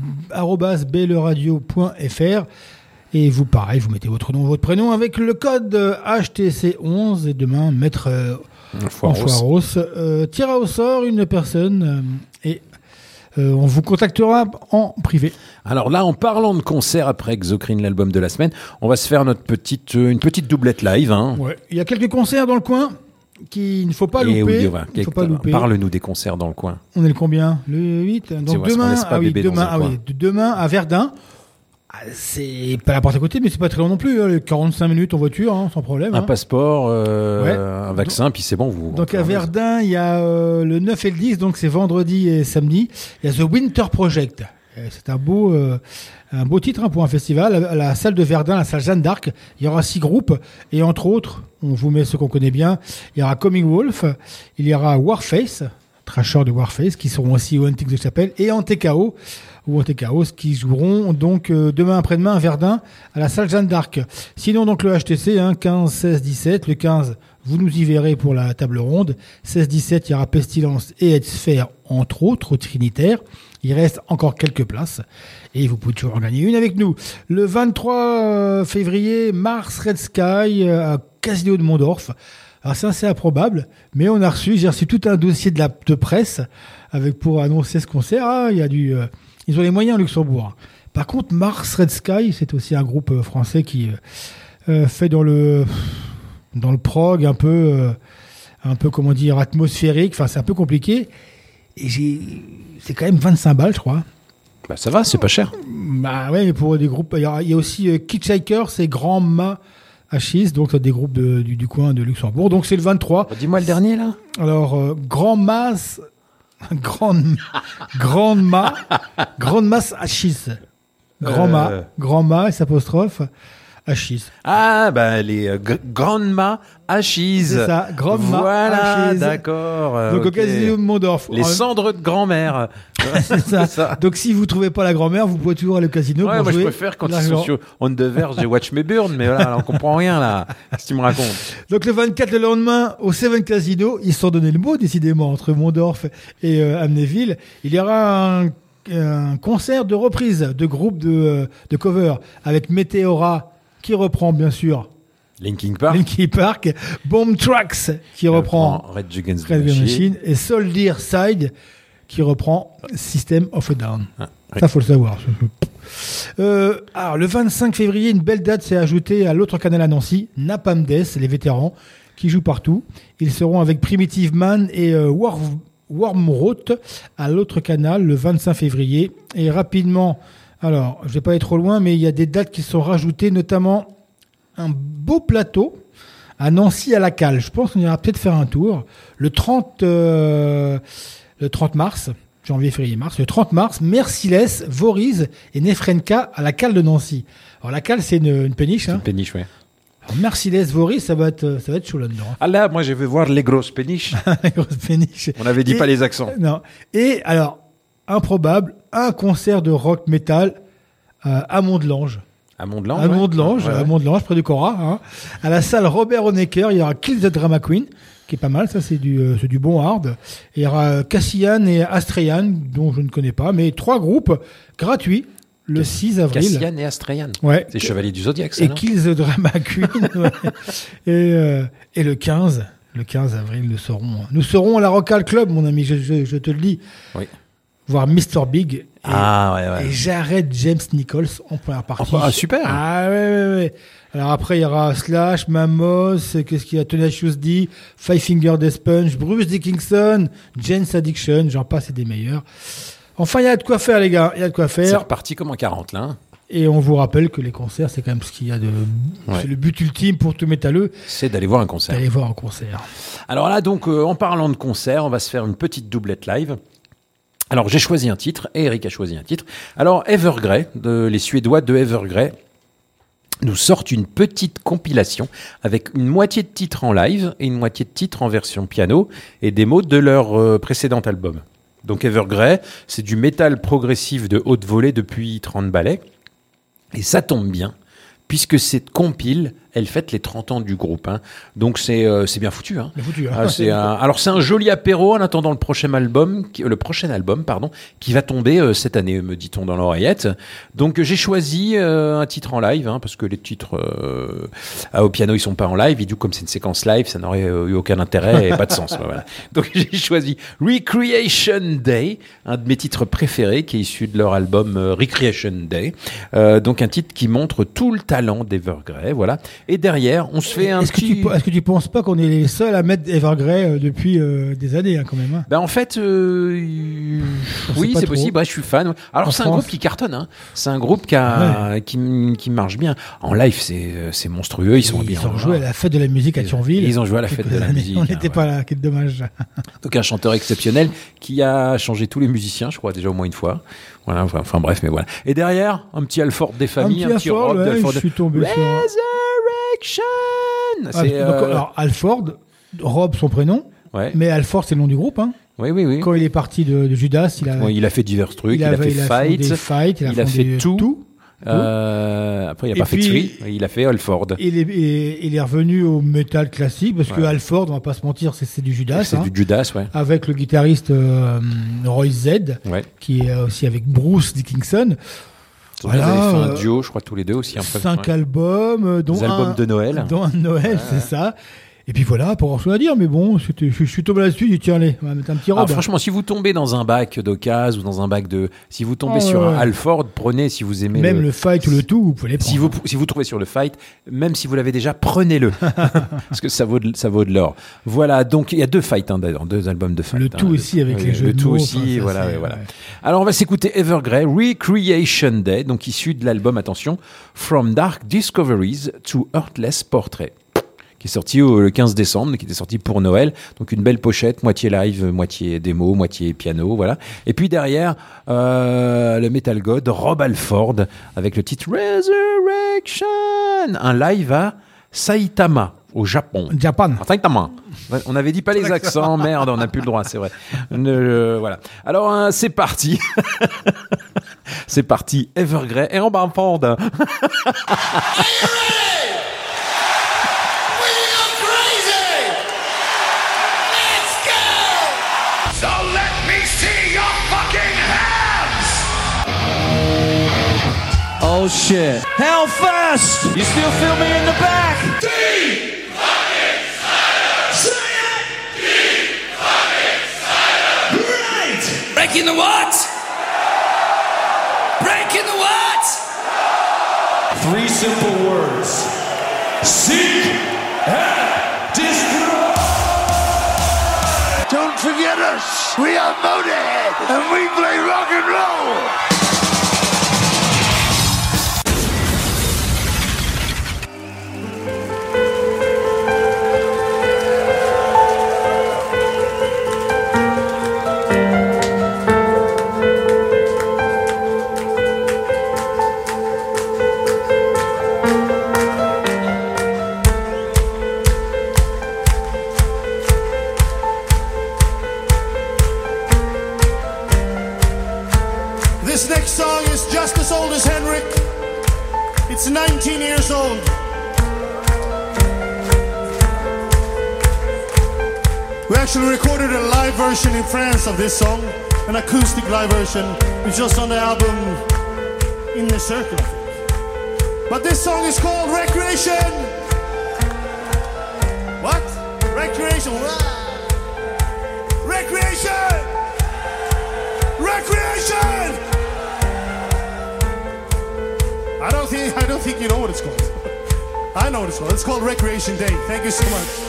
[SPEAKER 5] @bleradio.fr. Et vous, pareil, vous mettez votre nom, votre prénom avec le code HTC11. Et demain, Maître Foiros tirera au sort une personne et on vous contactera en privé.
[SPEAKER 4] Alors là, en parlant de concert après Exocrine, l'album de la semaine, on va se faire une petite doublette live. Hein.
[SPEAKER 5] Ouais. Il y a quelques concerts dans le coin qu'il ne faut pas louper.
[SPEAKER 4] Oui, parle-nous des concerts dans le coin.
[SPEAKER 5] On est le combien ? Le 8. Donc demain, demain à Verdun. C'est pas la porte à côté, mais c'est pas très long non plus. 45 minutes en voiture, sans problème.
[SPEAKER 4] Un passeport, un vaccin, puis c'est bon.
[SPEAKER 5] Donc à Verdun, il y a le 9 et le 10, donc c'est vendredi et samedi. Il y a The Winter Project. C'est un beau titre pour un festival. À la salle de Verdun, la salle Jeanne d'Arc, il y aura 6 groupes. Et entre autres, on vous met ceux qu'on connaît bien. Il y aura Coming Wolf, il y aura Warface, Trasher de Warface, qui seront aussi au Hunting the Chapel, et Antekao, qui joueront donc demain après-demain à Verdun, à la salle Jeanne d'Arc. Sinon, donc le HTC, 15, 16, 17. Le 15, vous nous y verrez pour la table ronde. 16, 17, il y aura Pestilence et Headsphère, entre autres, au Trinitaire. Il reste encore quelques places et vous pouvez toujours en gagner une avec nous. Le 23 février, Mars Red Sky à Casino de Mondorf. Alors ça, c'est improbable, mais j'ai reçu tout un dossier de presse pour annoncer ce concert. Ils ont les moyens à Luxembourg. Par contre, Mars Red Sky, c'est aussi un groupe français qui fait dans le prog un peu comment dire, atmosphérique. Enfin, c'est un peu compliqué. Et c'est quand même 25 balles, je crois.
[SPEAKER 4] Bah ça va, c'est pas cher.
[SPEAKER 5] Bah ouais, mais pour des groupes, il y a aussi Hitchhikers et Grand Ma Achis, donc des groupes du coin de Luxembourg. Donc c'est le 23.
[SPEAKER 4] Dis-moi le dernier là.
[SPEAKER 5] Alors Grande Masse Achis. Grand Ma, s'apostrophe. Achis.
[SPEAKER 4] Ah, bah, les Grandma Achis.
[SPEAKER 5] C'est ça, Grandma
[SPEAKER 4] Voilà,
[SPEAKER 5] Achis.
[SPEAKER 4] D'accord.
[SPEAKER 5] Donc, au Casino de Mondorf.
[SPEAKER 4] Les cendres de grand-mère.
[SPEAKER 5] C'est ça. Donc, si vous trouvez pas la grand-mère, vous pouvez toujours aller au casino pour
[SPEAKER 4] moi,
[SPEAKER 5] jouer.
[SPEAKER 4] Je préfère quand ils sont sur On the Verge, j'ai Watch Me Burn, mais voilà, on comprend rien, là. Qu'est-ce que tu me racontes?
[SPEAKER 5] Donc, le 24, le lendemain, au Seven Casino, ils se sont donné le mot, décidément, entre Mondorf et Amnéville. Il y aura un concert de reprise de groupe de cover avec Meteora, qui reprend bien sûr
[SPEAKER 4] Linkin
[SPEAKER 5] Park, Bomb Tracks qui reprend
[SPEAKER 4] Rage Against the
[SPEAKER 5] Machine et Soldier Side qui reprend System of a Down. Ça faut le savoir. Alors le 25 février, une belle date s'est ajoutée à l'autre canal à Nancy, Napalm Death, les vétérans qui jouent partout. Ils seront avec Primitive Man et Wormrot à l'autre canal le 25 février. Et rapidement, alors, je vais pas aller trop loin, mais il y a des dates qui sont rajoutées, notamment un beau plateau à Nancy à la Cale. Je pense qu'on ira peut-être faire un tour. Le 30 mars, janvier, février, mars. Le 30 mars, Merciless, Voriz et Nefrenka à la Cale de Nancy. Alors la Cale, c'est une péniche.
[SPEAKER 4] C'est une péniche, oui.
[SPEAKER 5] Merciless, Voriz, ça va être chaud là-dedans.
[SPEAKER 4] Ah là, moi je vais voir les grosses péniches.
[SPEAKER 5] Les grosses péniches.
[SPEAKER 4] On avait dit pas les accents.
[SPEAKER 5] Non. Et alors, improbable, un concert de rock metal à Mont-de-Lange.
[SPEAKER 4] À Mont-de-Lange,
[SPEAKER 5] à Mont-de-Lange, près du Cora. À la salle Robert Honecker, il y aura Kill the Drama Queen, qui est pas mal, ça c'est du bon hard. Et il y aura Cassian et Astreyan, dont je ne connais pas, mais 3 groupes gratuits le 6 avril.
[SPEAKER 4] Cassian et Astreyan.
[SPEAKER 5] Ouais.
[SPEAKER 4] C'est Chevalier du Zodiac, ça,
[SPEAKER 5] et
[SPEAKER 4] non?
[SPEAKER 5] Kill the Drama Queen. Et le 15 avril, nous serons à la Rock Hall Club, mon ami, je te le dis.
[SPEAKER 4] Oui.
[SPEAKER 5] Voir Mr. Big
[SPEAKER 4] et
[SPEAKER 5] Jared James Nichols en première partie.
[SPEAKER 4] Ah, super.
[SPEAKER 5] Ah ouais. Alors après, il y aura Slash, Mamos, qu'est-ce qu'il y a, Tenacious D, Five Finger Death Punch, Bruce Dickinson, Jane's Addiction, j'en passe, c'est des meilleurs. Enfin, il y a de quoi faire, les gars, il y a de quoi faire.
[SPEAKER 4] C'est reparti comme en 40, là.
[SPEAKER 5] Et on vous rappelle que les concerts, c'est quand même ce qu'il y a de...
[SPEAKER 4] Ouais.
[SPEAKER 5] C'est le but ultime pour tout métalleux,
[SPEAKER 4] C'est d'aller voir un concert.
[SPEAKER 5] d'aller voir un concert.
[SPEAKER 4] Alors là, donc, en parlant de concert, on va se faire une petite doublette live. Alors, j'ai choisi un titre, et Eric a choisi un titre. Alors, Evergrey, les Suédois de Evergrey, nous sortent une petite compilation avec une moitié de titres en live et une moitié de titres en version piano et des mots de leur précédent album. Donc Evergrey, c'est du métal progressif de haute volée depuis 30 ballets. Et ça tombe bien, puisque cette compile, elle fête les 30 ans du groupe. Hein. Donc c'est bien foutu. Hein.
[SPEAKER 5] Bien foutu, hein.
[SPEAKER 4] Alors c'est un joli apéro en attendant le prochain album, qui va tomber cette année, me dit-on dans l'oreillette. Donc j'ai choisi un titre en live, hein, parce que les titres au piano ils sont pas en live. Et du coup, comme c'est une séquence live, ça n'aurait eu aucun intérêt et pas de sens. Voilà. Donc j'ai choisi Recreation Day, un de mes titres préférés, qui est issu de leur album Recreation Day. Donc un titre qui montre tout le talent d'Evergrey, voilà. Et derrière, on se fait un petit...
[SPEAKER 5] Est-ce que tu penses pas qu'on est les seuls à mettre Evergrey depuis des années, hein, quand même, hein.
[SPEAKER 4] Ben en fait, oui,
[SPEAKER 5] pas
[SPEAKER 4] c'est
[SPEAKER 5] trop.
[SPEAKER 4] possible. Ouais, je suis fan. Alors
[SPEAKER 5] En
[SPEAKER 4] c'est un
[SPEAKER 5] France.
[SPEAKER 4] groupe qui cartonne. Hein. C'est un groupe qui marche bien. En live, c'est monstrueux. Ils
[SPEAKER 5] ont joué à la fête de la musique à Thionville.
[SPEAKER 4] Ils ont joué à la fête de la musique.
[SPEAKER 5] On n'était pas là, quel dommage.
[SPEAKER 4] Donc un chanteur exceptionnel qui a changé tous les musiciens, je crois déjà au moins une fois. Voilà. Enfin bref, mais voilà. Et derrière, un petit Alford des familles, un petit
[SPEAKER 5] Alford,
[SPEAKER 4] rock d'Alford.
[SPEAKER 5] je suis tombé sur...
[SPEAKER 4] Resurrection. C'est,
[SPEAKER 5] Alors Alford, Rob son prénom,
[SPEAKER 4] ouais.
[SPEAKER 5] mais Alford c'est le nom du groupe. Hein.
[SPEAKER 4] Oui.
[SPEAKER 5] Quand il est parti de Judas,
[SPEAKER 4] Il a fait divers trucs. Il a fait Fight. Il a fait tout. Après, il n'a pas fait Three, il a fait Alford.
[SPEAKER 5] Il est revenu au métal classique parce que Alford, on va pas se mentir, c'est du Judas.
[SPEAKER 4] C'est du Judas, ouais.
[SPEAKER 5] Avec le guitariste Roy Z, qui est aussi avec Bruce Dickinson.
[SPEAKER 4] Voilà, ils avaient fait un duo, je crois, tous les deux aussi.
[SPEAKER 5] 5 albums, dont
[SPEAKER 4] des albums de Noël.
[SPEAKER 5] Dont un de Noël, c'est ça. Et puis voilà, pour avoir chose à dire, mais bon, je suis tombé là-dessus, j'ai dit tiens, allez, on va mettre un petit robe.
[SPEAKER 4] Franchement, si vous tombez dans un bac d'occasion ou dans un bac de... Si vous tombez sur un Alford, prenez, si vous aimez...
[SPEAKER 5] Même le Fight ou le tout, vous pouvez les prendre.
[SPEAKER 4] Si vous trouvez sur le Fight, même si vous l'avez déjà, prenez-le. Parce que ça vaut de l'or. Voilà, donc il y a 2 Fights, hein, d'ailleurs, 2 albums de Fight.
[SPEAKER 5] Le tout aussi avec les jeux de mots.
[SPEAKER 4] Le tout aussi, voilà. Alors on va s'écouter Evergrey, Recreation Day, donc issu de l'album, attention, From Dark Discoveries to Heartless Portrait, qui est sorti le 15 décembre, qui était sorti pour Noël. Donc une belle pochette, moitié live, moitié démo, moitié piano, voilà. Et puis derrière, le Metal God, Rob Alford, avec le titre Resurrection, un live à Saitama, au Japon. Saitama. On avait dit pas les accents, merde, on n'a plus le droit, c'est vrai. Voilà. Alors c'est parti. C'est parti, Evergrey et Rob Alford.
[SPEAKER 9] Oh shit. Hellfest! You still feel me in the back?
[SPEAKER 1] Right! Breaking the what? Breaking the what?
[SPEAKER 9] 3 simple words. Seek and destroy!
[SPEAKER 10] Don't forget us! We are Motorhead and we play rock and roll!
[SPEAKER 11] This next song is just as old as Henrik. It's 19 years old. We actually recorded a live version in France of this song, an acoustic live version, which was on the album In the Circle, I think. But this song is called Recreation. What? Recreation. Recreation. Recreation. I don't think you know what it's called. I know what it's called. It's called Recreation Day. Thank you so much.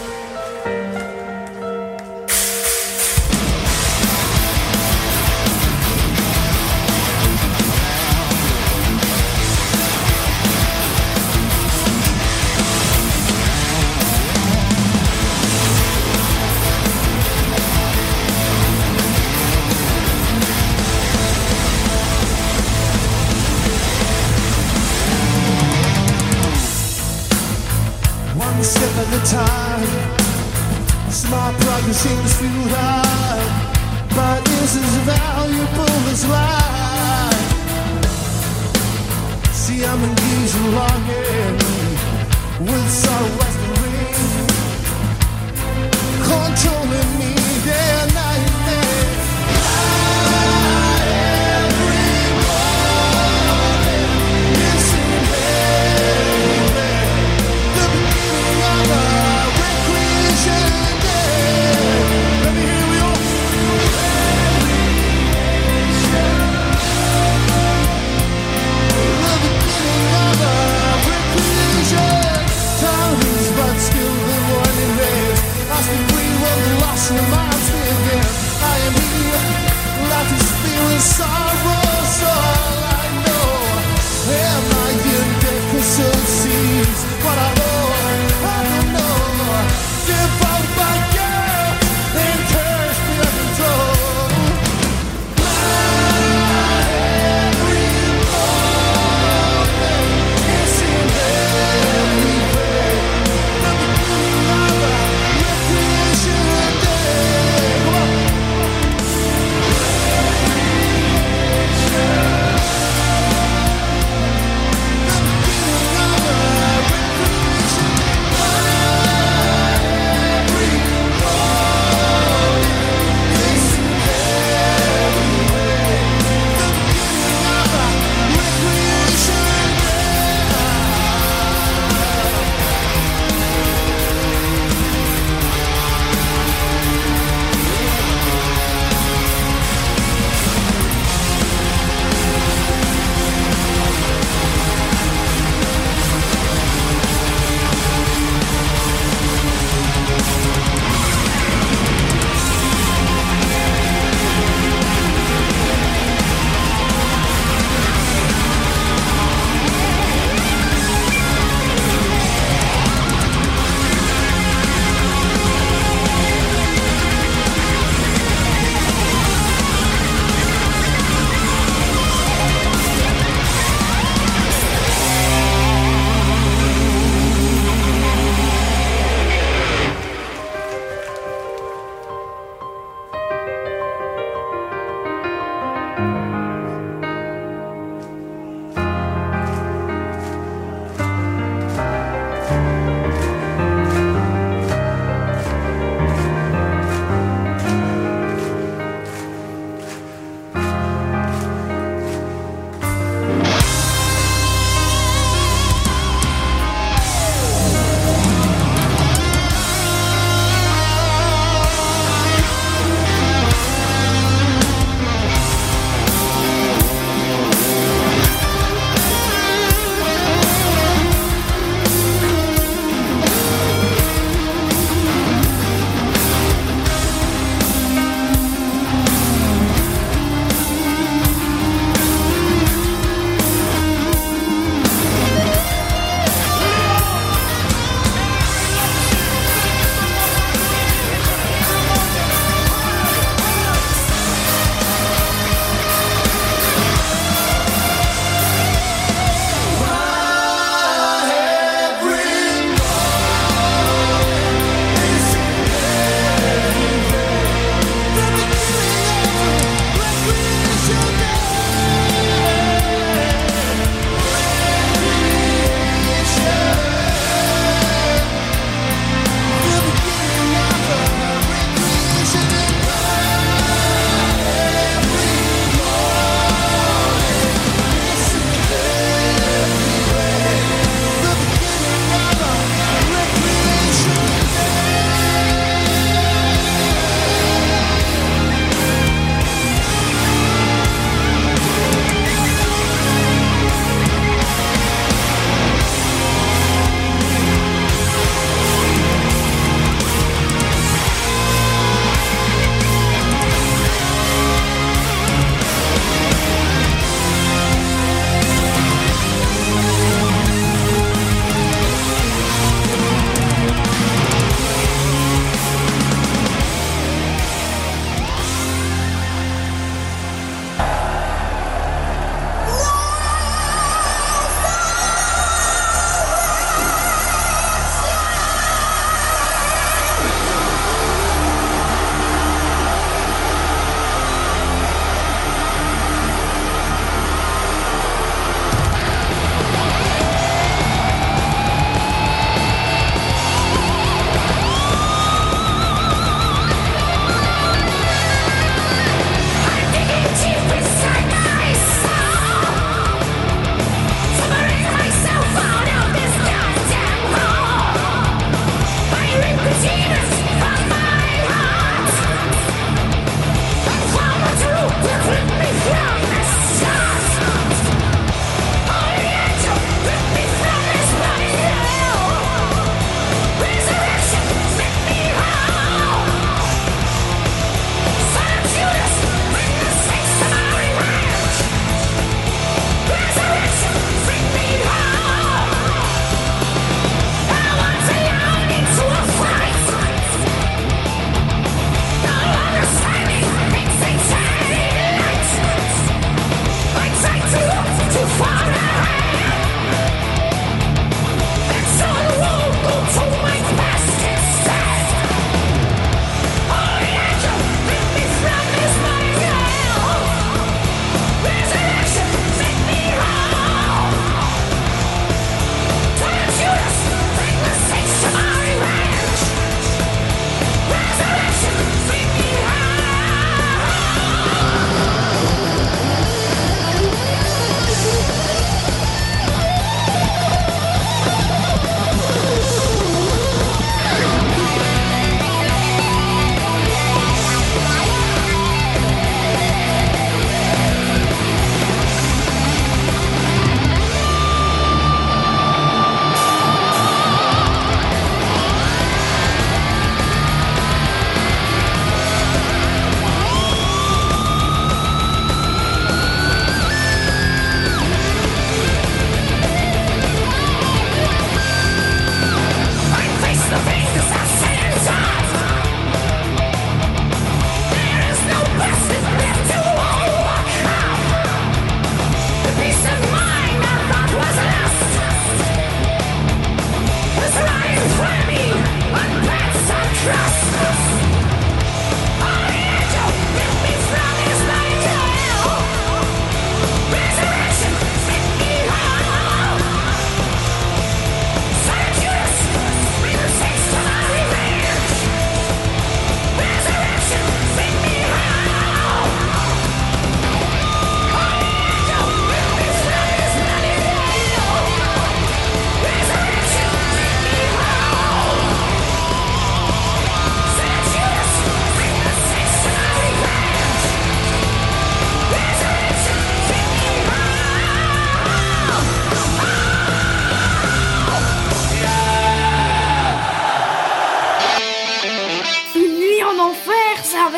[SPEAKER 11] struggle seems futile, but is as valuable as life. See, I'm engaged in longing with sorrow as the ring, controlling me day and night. Reminds me again, I am here. Life is feeling sorrow, so all I know. Am I in debt? 'Cause so it seems. What I don't know. Give up my girl and curse me at the door. My every moment is in every way. The beginning of a recreation.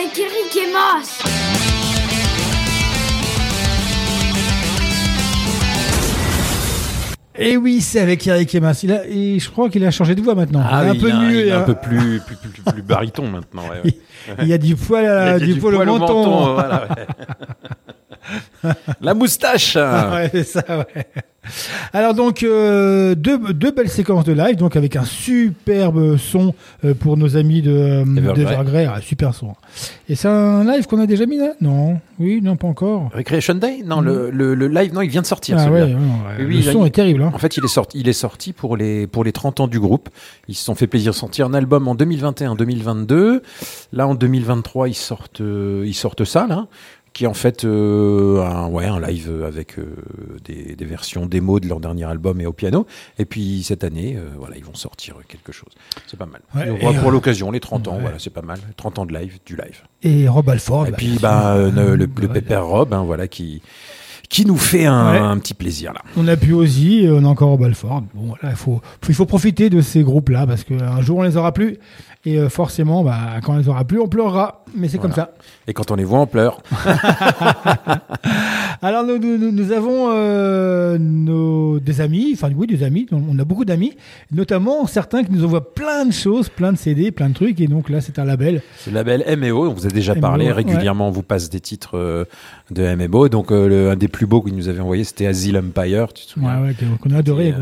[SPEAKER 12] avec Eric et Mas.
[SPEAKER 5] Et oui, c'est avec Eric Emas. Et je crois qu'il a changé de voix maintenant.
[SPEAKER 4] Ah,
[SPEAKER 5] il est
[SPEAKER 4] il est
[SPEAKER 5] hein.
[SPEAKER 4] un peu plus baryton maintenant. Ouais.
[SPEAKER 5] Il y a du poil, du poil au menton.
[SPEAKER 4] Voilà, ouais. La moustache.
[SPEAKER 5] Ouais, c'est ça, ouais. Alors donc deux belles séquences de live, donc avec un superbe son pour nos amis d'Evergrey, super son. Et c'est un live qu'on a déjà mis là ? Non, oui, non, pas encore.
[SPEAKER 4] Recreation Day ? Non, le live, non, il vient de sortir.
[SPEAKER 5] Ah
[SPEAKER 4] celui-là.
[SPEAKER 5] Ouais,
[SPEAKER 4] oui,
[SPEAKER 5] le son est terrible. Hein.
[SPEAKER 4] En fait, il est sorti pour les 30 ans du groupe. Ils se sont fait plaisir de sortir un album en 2021-2022. Là, en 2023, ils sortent ça là. Qui est en fait un live avec des versions démo de leur dernier album et au piano. Et puis cette année, ils vont sortir quelque chose. C'est pas mal. Ouais, pour l'occasion, les 30 ans, voilà, c'est pas mal. 30 ans de live, du live.
[SPEAKER 5] Et Rob Alford.
[SPEAKER 4] Et puis le pépère Rob, qui nous fait un petit plaisir là.
[SPEAKER 5] On a pu aussi, on a encore Rob Alford. Bon, voilà, il faut profiter de ces groupes-là parce qu'un jour on les aura plus. Et forcément, quand on les aura plus, on pleurera. Mais c'est comme ça.
[SPEAKER 4] Et quand on les voit, on pleure.
[SPEAKER 5] Alors nous avons des amis, des amis. On a beaucoup d'amis, notamment certains qui nous envoient plein de choses, plein de CD, plein de trucs. Et donc là, c'est un label.
[SPEAKER 4] C'est le label M&O. On vous a déjà parlé régulièrement. On vous passe des titres de M&O. Donc un des plus beaux que nous avait envoyé, c'était Asile Empire. Tu te souviens ?
[SPEAKER 5] Qu'on a adoré.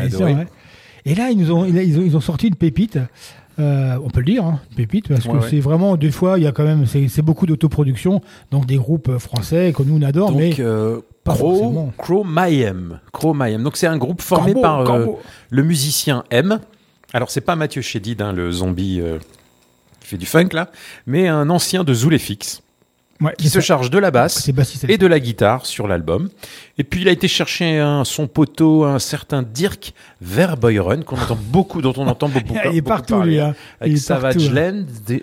[SPEAKER 5] Et là, ils ont sorti une pépite. On peut le dire, hein, pépite, parce que c'est vraiment, des fois, il y a quand même, c'est beaucoup d'autoproduction, donc des groupes français que nous on adore,
[SPEAKER 4] donc,
[SPEAKER 5] mais pas forcément.
[SPEAKER 4] Crow Mayhem. Donc c'est un groupe formé par le musicien M. Alors c'est pas Mathieu Chédid, le zombie qui fait du funk là, mais un ancien de Zoulefix. Qui se charge de la basse et de la guitare sur l'album. Et puis il a été chercher son poteau, un certain Dirk Verbeuren, dont on entend beaucoup parler.
[SPEAKER 5] Il est partout, lui.
[SPEAKER 4] Avec Savage Lands,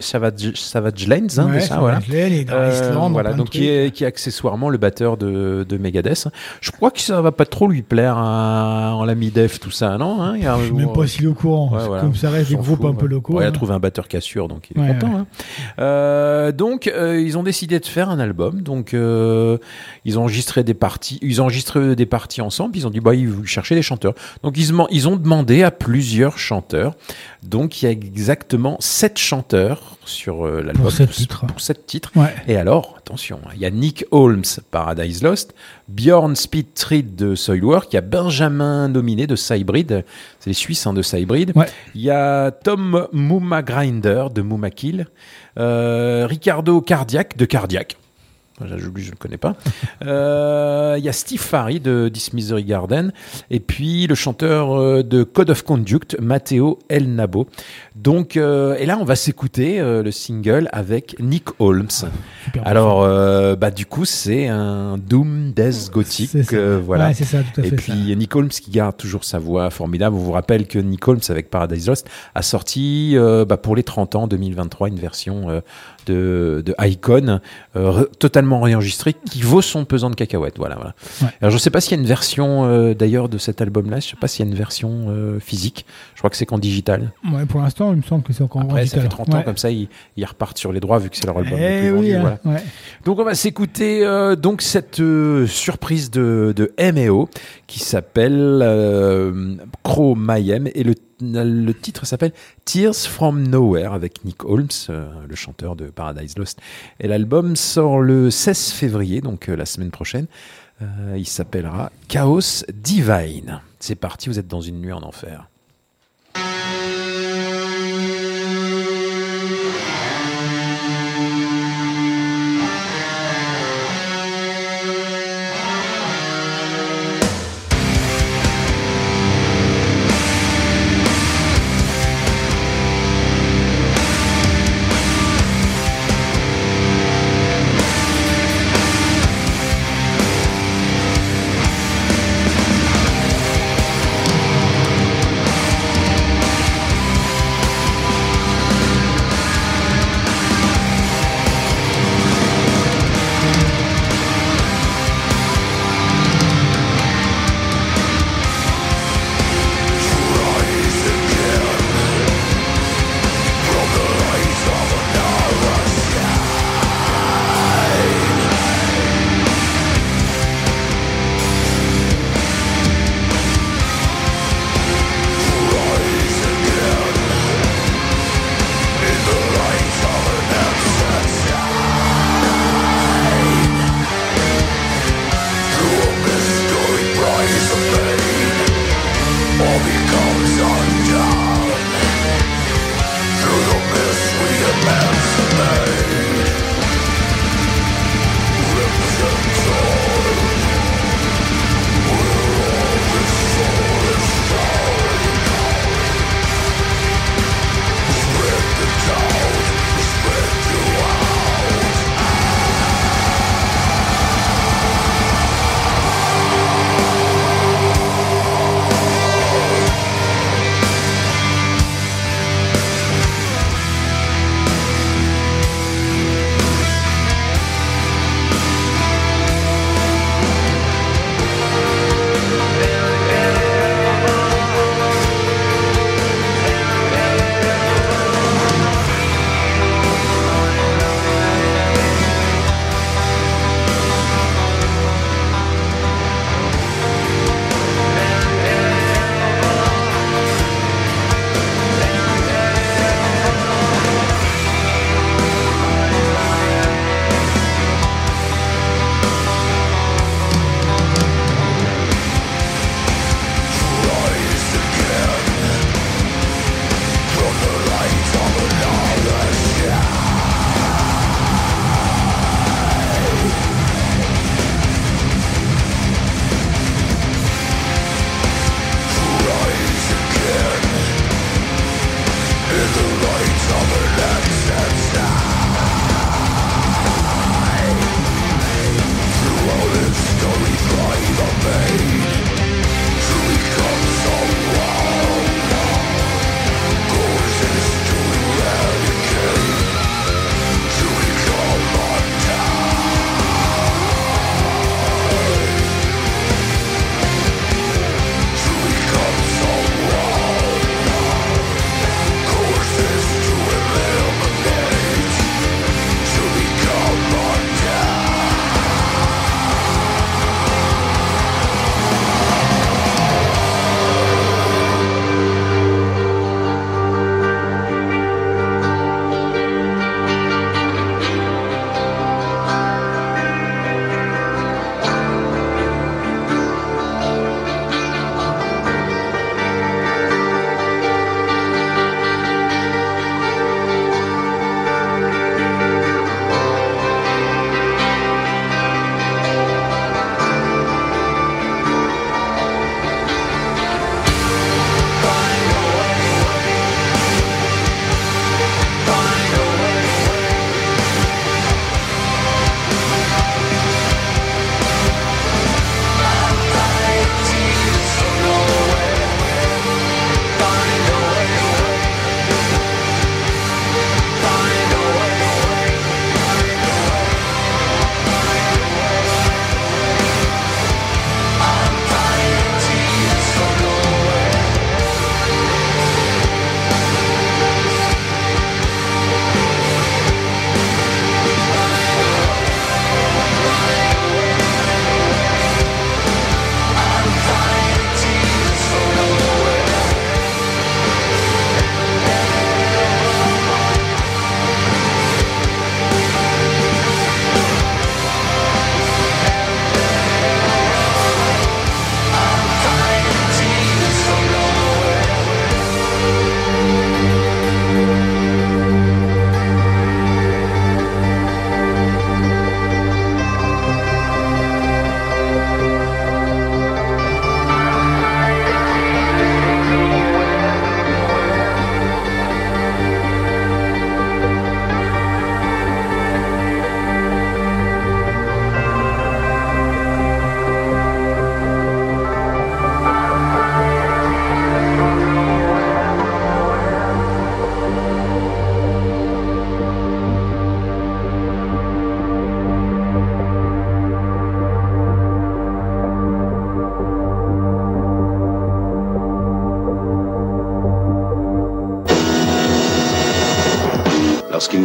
[SPEAKER 4] déjà, voilà.
[SPEAKER 5] Et dans l'Islande,
[SPEAKER 4] voilà, donc qui est accessoirement le batteur de Megadeth. Je crois que ça va pas trop lui plaire en l'ami Def, tout ça, non hein,
[SPEAKER 5] je suis même pas si au courant. Comme ça reste des groupes un peu locaux.
[SPEAKER 4] Il a trouvé un batteur cassure, donc il est content. Hein. Donc ils ont décidé de faire un album, donc ils ont enregistré des parties ensemble, ils ont dit ils cherchaient des chanteurs, donc ils ont demandé à plusieurs chanteurs, donc il y a exactement 7 chanteurs sur l'album pour 7 titres. Et alors attention, il y a Nick Holmes, Paradise Lost, Björn Spittrid de Soilwork, il y a Benjamin Nominé de Cybrid, c'est les Suisses de Cybrid, il y a Tom Mumagrinder de Mumakill, Ricardo Cardiac de Cardiac. Je ne connais pas. Il y a Steve Farry de This Misery Garden et puis le chanteur de Code of Conduct, Matteo El Nabo. Donc, et là, on va s'écouter le single avec Nick Holmes. Alors, du coup, c'est un doom death gothique. Voilà.
[SPEAKER 5] Ouais, c'est ça, tout à fait.
[SPEAKER 4] Et puis, Nick Holmes qui garde toujours sa voix formidable. On vous rappelle que Nick Holmes, avec Paradise Lost, a sorti pour les 30 ans 2023 une version de Icon totalement réenregistrée qui vaut son pesant de cacahuètes. Voilà. Alors je sais pas s'il y a une version d'ailleurs de cet album-là. Je sais pas s'il y a une version physique. Je crois que c'est qu'en digital.
[SPEAKER 5] Ouais, pour l'instant, il me semble que c'est encore en digital.
[SPEAKER 4] Après, ça fait 30 ans comme ça, ils repartent sur les droits vu que c'est leur album le plus vendu. Voilà. Donc on va s'écouter donc cette surprise de M&O qui s'appelle Crow Mayhem et le titre s'appelle Tears from Nowhere avec Nick Holmes, le chanteur de Paradise Lost. Et l'album sort le 16 février, donc la semaine prochaine. Il s'appellera Chaos Divine. C'est parti, vous êtes dans une nuit en enfer.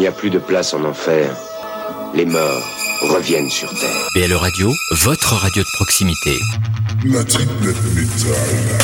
[SPEAKER 12] a plus de place en enfer, les morts reviennent sur Terre.
[SPEAKER 1] BLE Radio, votre radio de proximité.
[SPEAKER 6] La triplette métal.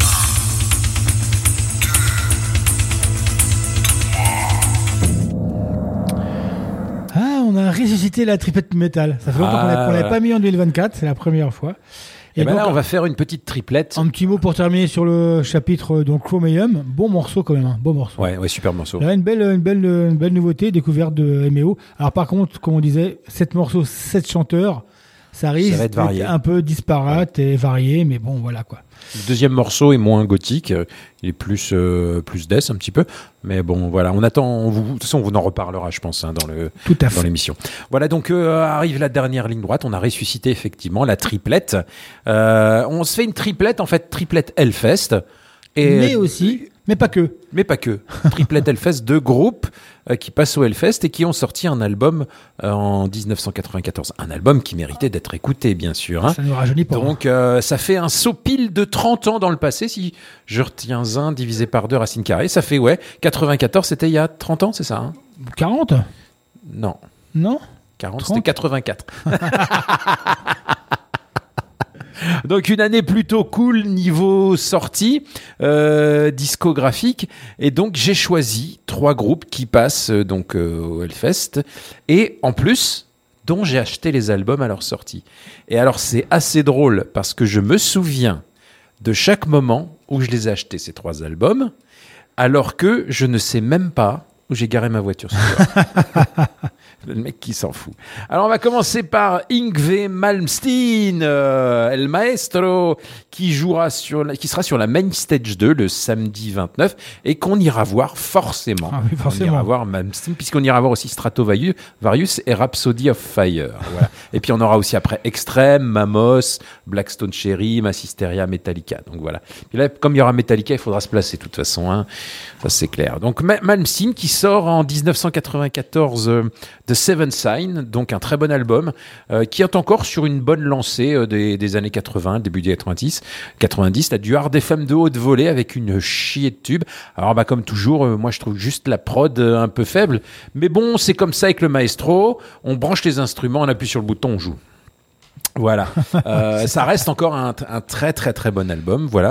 [SPEAKER 5] On a ressuscité la triplette métal. Ça fait longtemps qu'on l'avait pas mis en 2024, c'est la première fois.
[SPEAKER 4] Et donc, là, on va faire une petite triplette.
[SPEAKER 5] Un petit mot pour terminer sur le chapitre donc Chromium. Bon morceau quand même, hein. Beau morceau.
[SPEAKER 4] Ouais, super morceau.
[SPEAKER 5] Là, une belle nouveauté, découverte de MEO. Alors par contre, comme on disait, 7 morceaux, 7 chanteurs, ça risque d'être un peu disparate et varié, mais bon, voilà quoi.
[SPEAKER 4] Le deuxième morceau est moins gothique, il est plus death un petit peu, mais bon voilà, on attend, de toute façon on vous en reparlera je pense dans l'émission. Voilà donc arrive la dernière ligne droite, on a ressuscité effectivement la triplette, on se fait une triplette en fait, triplette Hellfest.
[SPEAKER 5] Mais aussi, mais pas que.
[SPEAKER 4] Triplette Hellfest, 2 groupes qui passent au Hellfest et qui ont sorti un album en 1994. Un album qui méritait d'être écouté, bien sûr. Hein.
[SPEAKER 5] Ça nous rajeunit pas.
[SPEAKER 4] Donc, ça fait un saut pile de 30 ans dans le passé. Si je retiens 1 divisé par 2 racine carrée, ça fait, 94, c'était il y a 30 ans, c'est ça hein
[SPEAKER 5] 40
[SPEAKER 4] Non. 40, 30 c'était 84. Donc une année plutôt cool niveau sortie discographique et donc j'ai choisi 3 groupes qui passent donc au Hellfest et en plus dont j'ai acheté les albums à leur sortie. Et alors c'est assez drôle parce que je me souviens de chaque moment où je les ai achetés ces 3 albums alors que je ne sais même pas où j'ai garé ma voiture ce soir. Le mec qui s'en fout. Alors on va commencer par Yngwie Malmsteen, El Maestro, qui sera sur la Main Stage 2 le samedi 29 et qu'on ira voir forcément.
[SPEAKER 5] Ah oui, forcément.
[SPEAKER 4] On ira voir Malmsteen puisqu'on ira voir aussi Stratovarius et Rhapsody of Fire. Voilà. Et puis on aura aussi après Extreme, Mamos, Blackstone Cherry, Massisteria, Metallica. Donc voilà. Puis là, comme il y aura Metallica, il faudra se placer de toute façon. Hein. Ça c'est clair. Donc Malmsteen qui sort en 1994 The Seven Sign, donc un très bon album qui est encore sur une bonne lancée des années 80, début des 90, là, du hard FM de haute volée avec une chier de tubes. Alors comme toujours, moi je trouve juste la prod un peu faible, mais bon c'est comme ça avec le maestro, on branche les instruments, on appuie sur le bouton, on joue. Voilà, ça reste encore un très très très bon album. Voilà.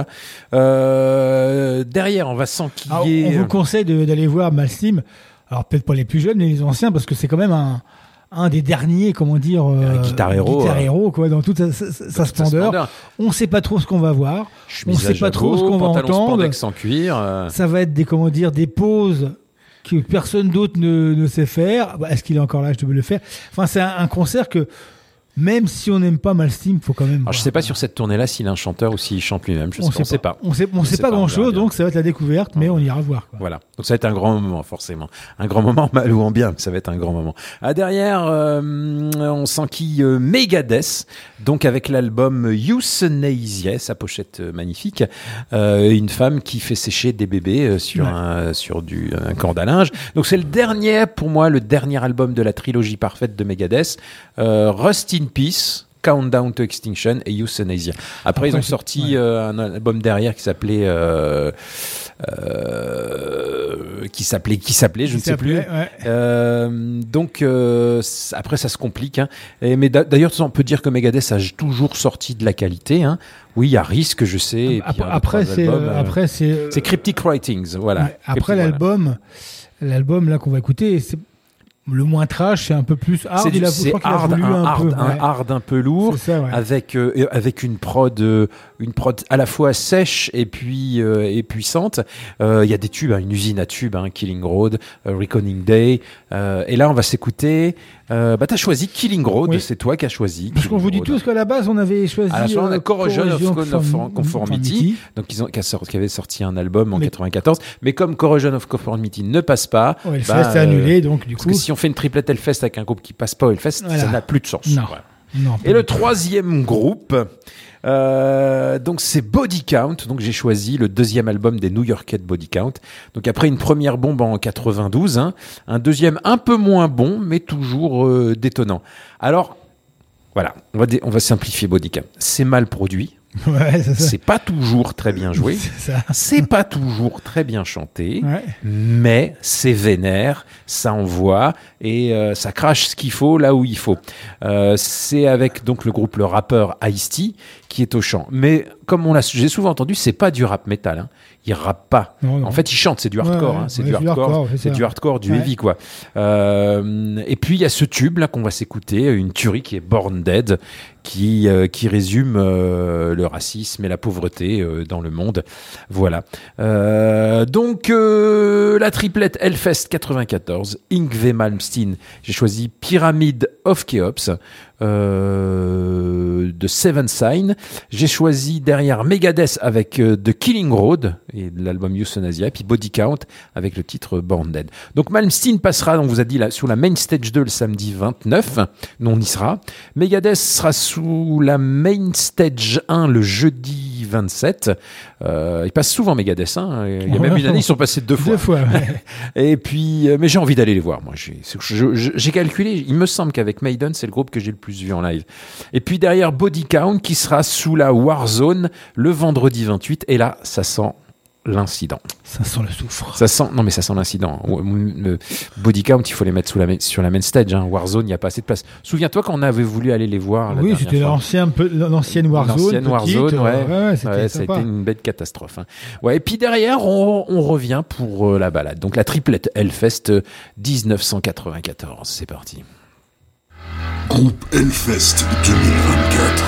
[SPEAKER 4] Derrière, on va s'enquiller.
[SPEAKER 5] Alors, on vous conseille d'aller voir Malmsteen. Alors peut-être pas les plus jeunes, mais les anciens, parce que c'est quand même un des derniers, comment dire,
[SPEAKER 4] Guitar Hero
[SPEAKER 5] quoi, dans toute sa splendeur. On sait pas trop ce qu'on va voir, on sait pas trop ce qu'on va entendre.
[SPEAKER 4] Sans cuir.
[SPEAKER 5] Ça va être des pauses que personne d'autre ne sait faire. Est-ce qu'il est encore là? Je devais le faire. Enfin, c'est un concert que même si on n'aime pas Malmsteen, il faut quand même.
[SPEAKER 4] Alors, je ne sais pas sur cette tournée-là s'il est un chanteur ou s'il chante lui-même. On ne sait pas.
[SPEAKER 5] On sait pas grand-chose, donc ça va être la découverte, mais on ira voir. Quoi.
[SPEAKER 4] Voilà. Donc ça va être un grand moment, forcément. Un grand moment, mal ou en bien, ça va être un grand moment. Derrière, on s'enquille Megadeth, donc avec l'album Euthanasia, sa pochette magnifique. Une femme qui fait sécher des bébés sur un corde à linge. Donc c'est le dernier album de la trilogie parfaite de Megadeth. Rust in Peace, Countdown to Extinction et Euthanasia. Après ils ont sorti un album derrière qui s'appelait je ne sais plus. Donc après ça se complique. Hein. Mais d'ailleurs on peut dire que Megadeth a toujours sorti de la qualité. Hein. Oui, il y a Risk, je sais. Et puis,
[SPEAKER 5] après c'est
[SPEAKER 4] Cryptic Writings, voilà.
[SPEAKER 5] Ouais, après l'album là qu'on va écouter, c'est le moins trash, c'est un peu plus hard.
[SPEAKER 4] C'est hard un peu lourd,
[SPEAKER 5] ça,
[SPEAKER 4] avec une prod à la fois sèche et puis puissante. Il y a des tubes, une usine à tubes, Killing Road, Reckoning Day. Et là, on va s'écouter. T'as choisi Killing Road, c'est toi qui as choisi.
[SPEAKER 5] Parce qu'on vous dit tous qu'à la base, on avait choisi.
[SPEAKER 4] On a Corrosion of Conformity, donc qui avait sorti un album en 94. Mais comme Corrosion of Conformity ne passe pas,
[SPEAKER 5] le fest est annulé, donc du coup.
[SPEAKER 4] Parce que si on fait une triplette Hellfest avec un groupe qui passe pas au Hellfest, ça n'a plus de sens.
[SPEAKER 5] Non.
[SPEAKER 4] Voilà.
[SPEAKER 5] Non,
[SPEAKER 4] et le troisième groupe, donc c'est Body Count. Donc j'ai choisi le deuxième album des New Yorkais de Body Count. Donc après une première bombe en 92, un deuxième un peu moins bon, mais toujours détonnant. Alors voilà, on va simplifier Body Count. C'est mal produit.
[SPEAKER 5] Ouais, c'est ça.
[SPEAKER 4] C'est pas toujours très bien joué.
[SPEAKER 5] C'est ça.
[SPEAKER 4] C'est pas toujours très bien chanté.
[SPEAKER 5] Ouais.
[SPEAKER 4] Mais c'est vénère, ça envoie et ça crache ce qu'il faut là où il faut. C'est avec donc le groupe, le rappeur Ice-T qui est au chant. Mais comme j'ai souvent entendu, c'est pas du rap metal. Hein. Il rappe pas.
[SPEAKER 5] Non.
[SPEAKER 4] En fait, il chante, c'est du hardcore.
[SPEAKER 5] Ouais,
[SPEAKER 4] hein. C'est
[SPEAKER 5] ouais,
[SPEAKER 4] du hardcore.
[SPEAKER 5] c'est
[SPEAKER 4] C'est
[SPEAKER 5] ça.
[SPEAKER 4] du hardcore, du
[SPEAKER 5] Ouais.
[SPEAKER 4] heavy quoi. Et puis il y a ce tube là qu'on va s'écouter, une tuerie qui est Born Dead, qui résume le racisme et la pauvreté dans le monde. Voilà. Donc la triplette Hellfest 94, Yngwie Malmsteen. J'ai choisi Pyramid of Cheops de Seven Sign. J'ai choisi derrière Megadeth avec The Killing Road et de l'album Euthanasia, puis Body Count avec le titre Born Dead. Donc Malmsteen passera, on vous a dit, là, sur la Main Stage 2 le samedi 29. Nous, on y sera. Megadeth sera sous la Main Stage 1 le jeudi 27. Ils passent souvent Megadeth. Hein. Il y a même une année, ils sont passés 2 fois.
[SPEAKER 5] 2 fois, ouais.
[SPEAKER 4] Et puis, mais j'ai envie d'aller les voir. Moi, j'ai calculé. Il me semble qu'avec Maiden, c'est le groupe que j'ai le plus vu en live. Et puis derrière Body Count, qui sera sous la Warzone le vendredi 28. Et là, ça sent l'incident.
[SPEAKER 5] Ça sent le soufre.
[SPEAKER 4] Ça sent l'incident. Body Count, il faut les mettre sur la main stage. Hein. Warzone, il n'y a pas assez de place. Souviens-toi quand on avait voulu aller les voir.
[SPEAKER 5] Oui, c'était l'ancienne Warzone.
[SPEAKER 4] L'ancienne Warzone, ouais,
[SPEAKER 5] c'était
[SPEAKER 4] ça a
[SPEAKER 5] sympa.
[SPEAKER 4] été une belle catastrophe. Hein. Ouais, et puis derrière, on revient pour la balade. Donc la triplette Hellfest 1994. C'est parti.
[SPEAKER 6] Groupe Hellfest 2024.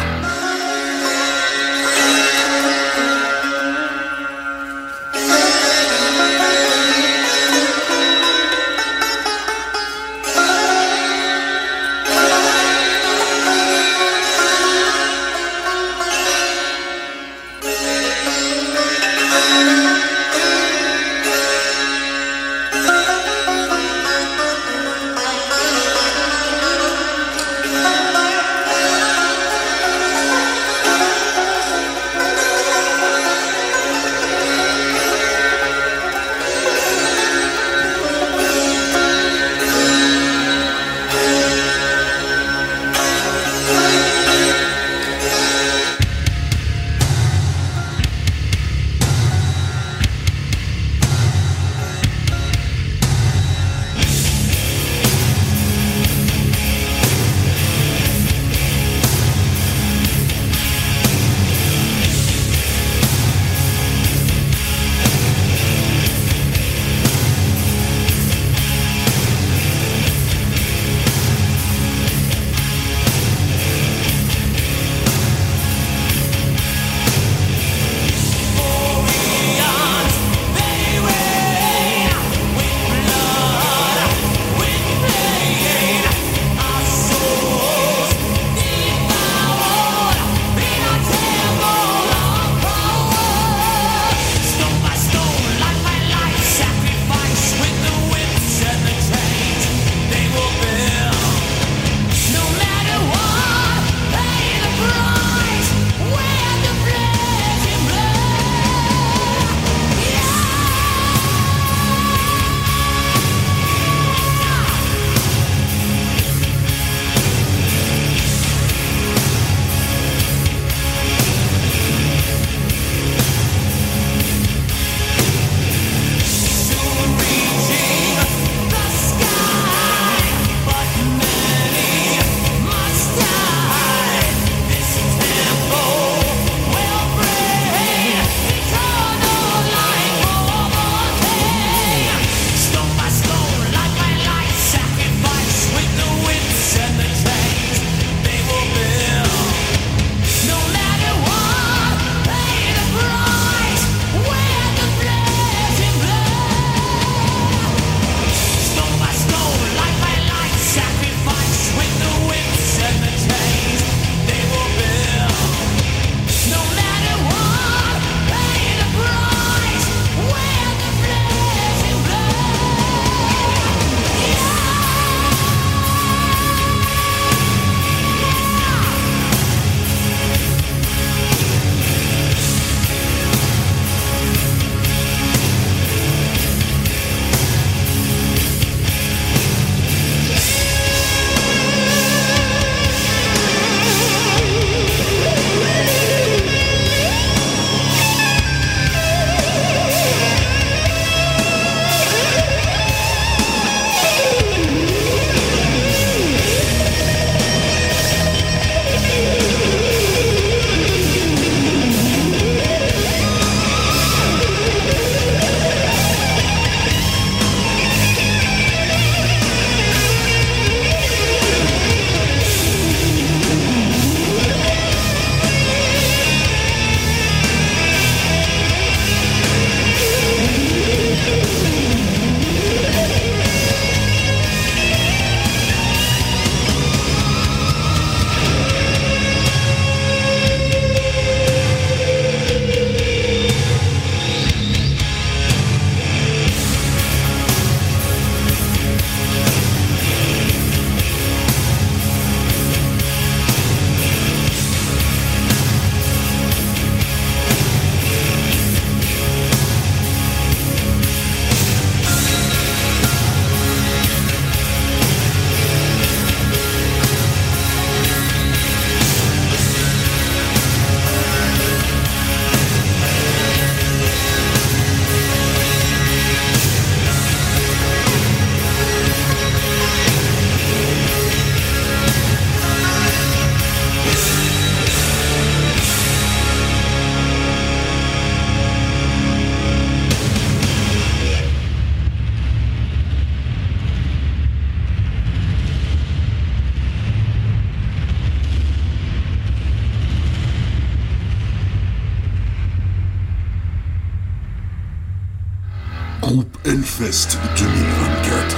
[SPEAKER 6] Hellfest 2024.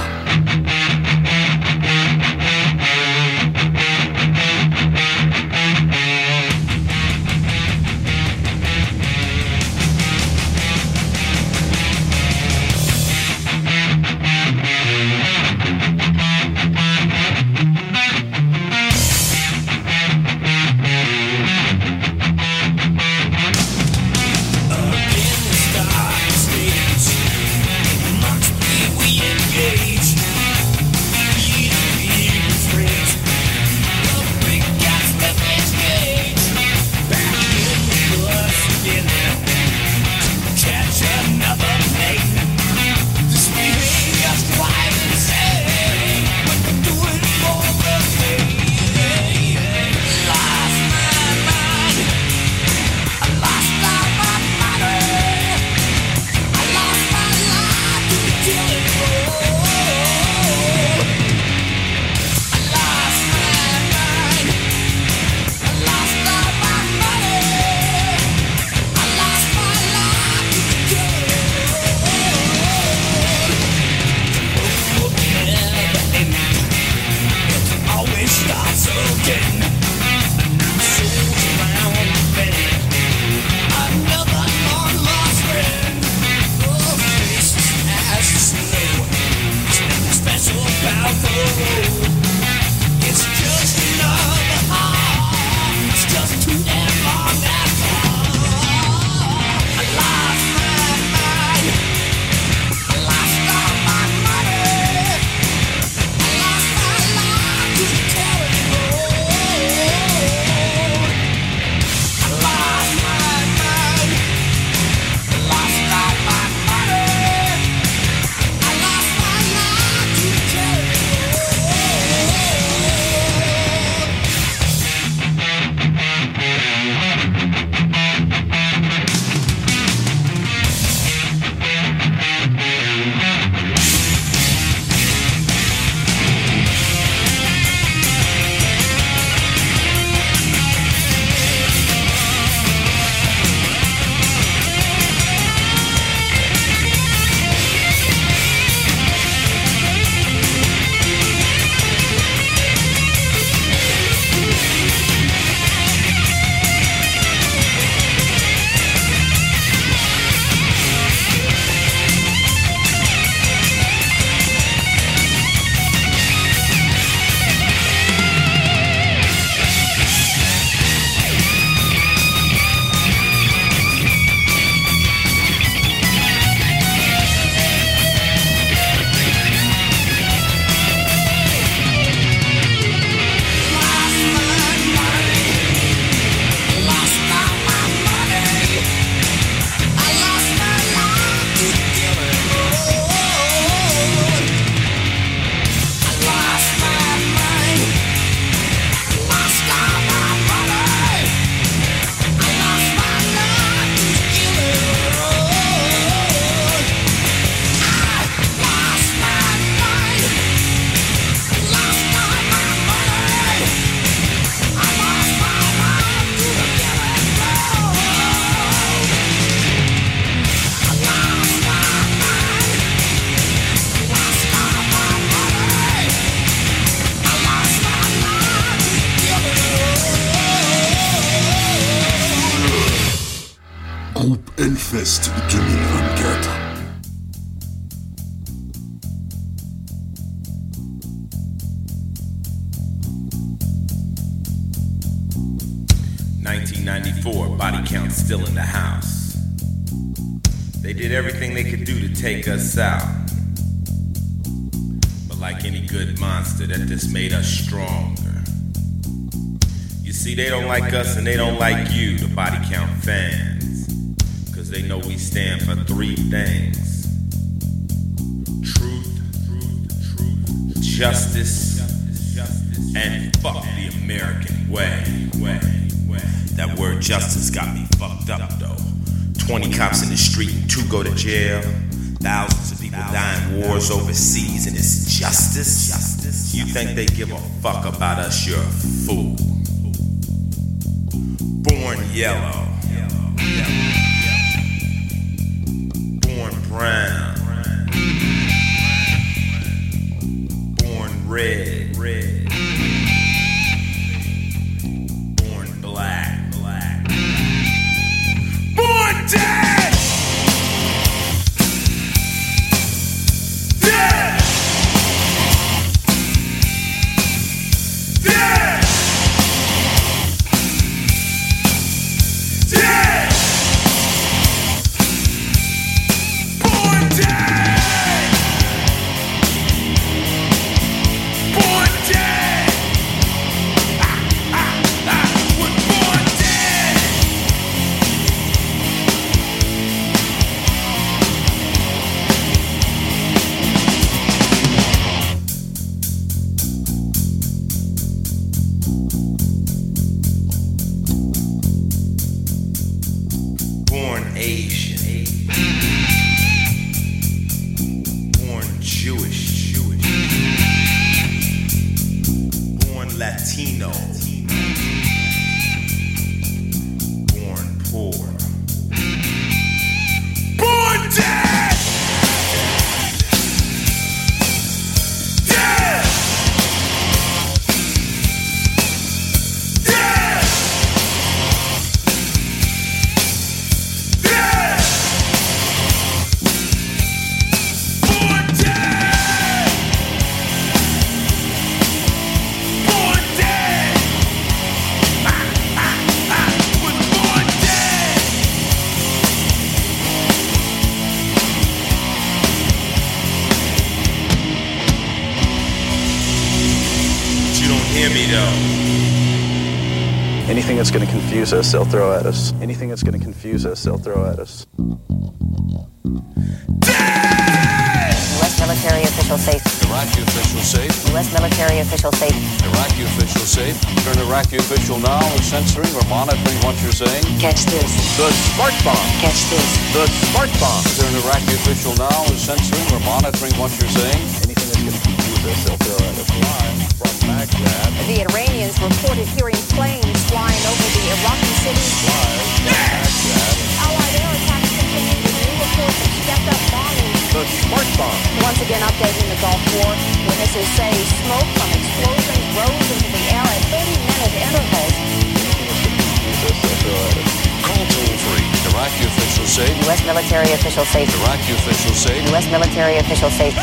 [SPEAKER 6] Hellfest 2024.
[SPEAKER 13] $1994, body count still in the house. They did everything they could do to take us out. But like any good monster, that just made us stronger. You see, they don't like us and they don't like you, the body count fans. Cause they know we stand for three things. Truth, justice, and fuck the American way. That word justice got me fucked up though. 20 cops in the street and 2 go to jail. Thousands of people die in wars overseas, and it's justice? You think they give a fuck about us? You're a fool. Born yellow, born brown, red, red. Born black, black. Born dead! Dead! Dead! Dead! Born dead! Born dead! Was born dead! Born Asian, born Jewish, born Latino, born poor, born dead, dead, dead. Hear me though.
[SPEAKER 14] Anything that's going to confuse us, they'll throw at us. Anything that's going to confuse us, they'll throw at us.
[SPEAKER 15] U.S. military official safe.
[SPEAKER 16] Iraqi official safe.
[SPEAKER 15] U.S. military official safe.
[SPEAKER 16] Iraqi official safe. An Iraqi official now is censoring or monitoring what you're saying.
[SPEAKER 15] Catch this.
[SPEAKER 16] The smart bomb.
[SPEAKER 15] Catch this.
[SPEAKER 16] The smart bomb. Is there an Iraqi official now is censoring or monitoring what you're saying?
[SPEAKER 14] Anything that's going to confuse us, they'll throw at us. Live from Baghdad.
[SPEAKER 15] The Iranians reported hearing planes flying over the Iraqi city.
[SPEAKER 14] Live from Baghdad.
[SPEAKER 15] Allied air attacks continue with new reports of stepped-up bombing.
[SPEAKER 16] The smart bomb.
[SPEAKER 15] Once again updating the Gulf War. Witnesses say smoke from explosions rose into the air at 30-minute intervals.
[SPEAKER 16] Call toll-free. Iraqi official safe.
[SPEAKER 15] U.S. military official safe.
[SPEAKER 16] Iraqi official safe.
[SPEAKER 15] U.S. military official safe.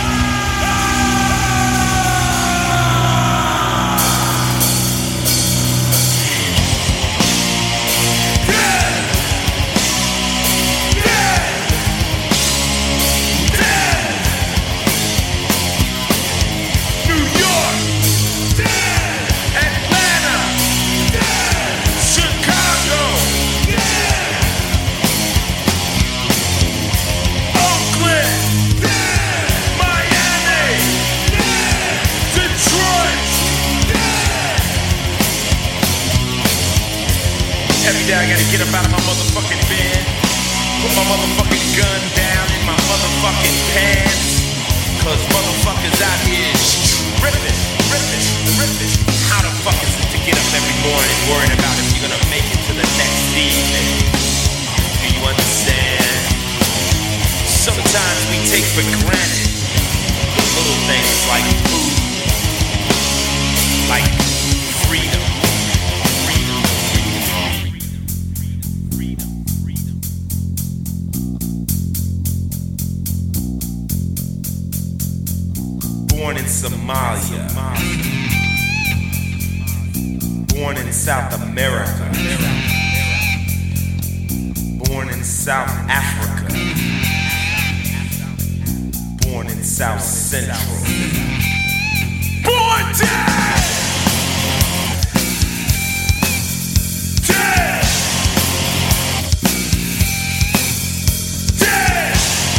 [SPEAKER 13] Every day I gotta get up out of my motherfucking bed, put my motherfucking gun down in my motherfucking pants, cause motherfuckers out here stripping. How the fuck is it to get up every morning worrying about if you're gonna make it to the next evening? Do you understand? Sometimes we take for granted the little things like food, like freedom. Born in Somalia, born in South America, born in South Africa, born in South Central, born dead! Dead! Dead!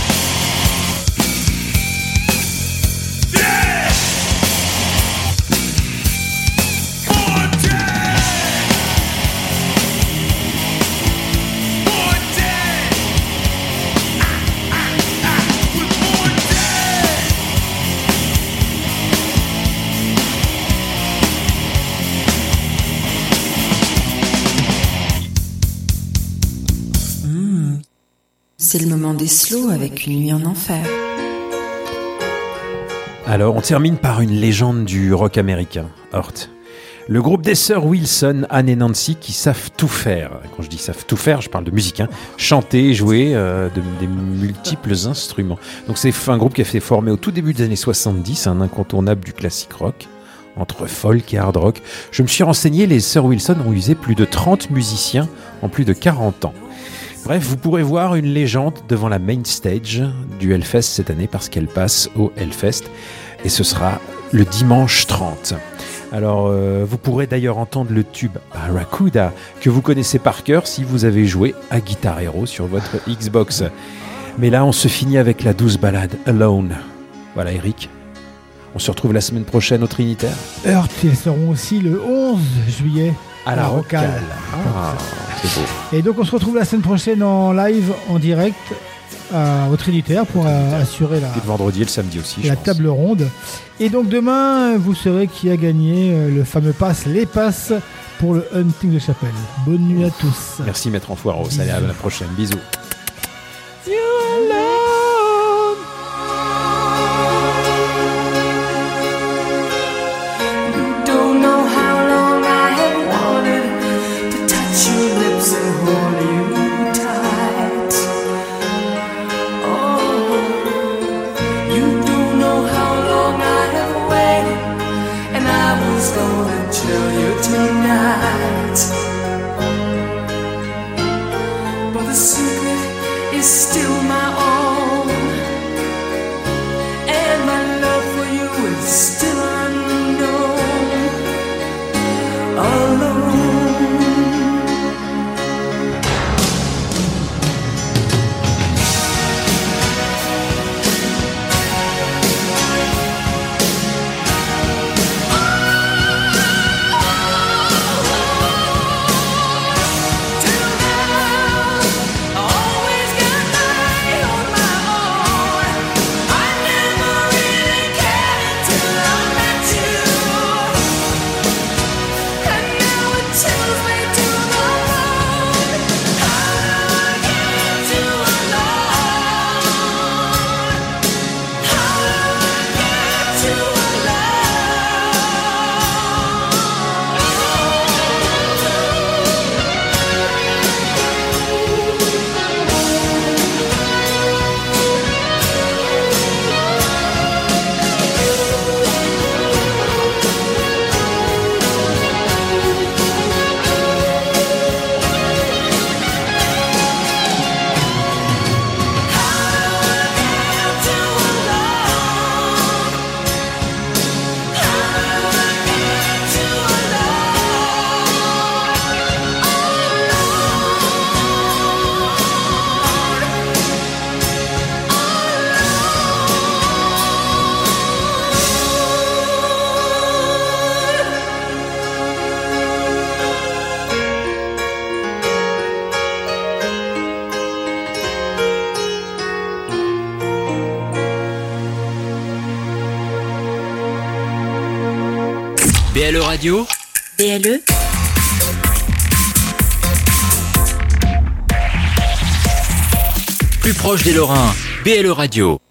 [SPEAKER 13] Dead! Born dead! Born dead! Was born dead!
[SPEAKER 7] C'est le moment des slows avec Une nuit en enfer.
[SPEAKER 4] Alors, on termine par une légende du rock américain, Hort. Le groupe des sœurs Wilson, Anne et Nancy, qui savent tout faire. Quand je dis savent tout faire, je parle de musique, hein. Chanter, jouer des multiples instruments. Donc c'est un groupe qui a été formé au tout début des années 70, un incontournable du classique rock, entre folk et hard rock. Je me suis renseigné, les sœurs Wilson ont usé plus de 30 musiciens en plus de 40 ans. Bref, vous pourrez voir une légende devant la main stage du Hellfest cette année parce qu'elle passe au Hellfest et ce sera le dimanche 30. Alors, vous pourrez d'ailleurs entendre le tube Barracuda que vous connaissez par cœur si vous avez joué à Guitar Hero sur votre Xbox. Mais là, on se finit avec la douce ballade Alone. Voilà, Eric. On se retrouve la semaine prochaine au Trinitaire.
[SPEAKER 5] Hurt, ils seront aussi le 11 juillet
[SPEAKER 4] à la Rocale.
[SPEAKER 5] Ah, c'est beau. Et donc, on se retrouve la semaine prochaine en live, en direct, au Trinitaire pour assurer
[SPEAKER 4] le vendredi et le samedi aussi,
[SPEAKER 5] la table ronde. Et donc demain, vous saurez qui a gagné le fameux les passes pour le Hunting de Chapelle. Bonne nuit à tous.
[SPEAKER 4] Merci Maître Enfoirot. Allez, à la prochaine. Bisous.
[SPEAKER 17] But the secret is still my own, and my love for you is still unknown. Alone.
[SPEAKER 1] BLE Radio.
[SPEAKER 7] BLE.
[SPEAKER 1] Plus proche des Lorrains. BLE Radio.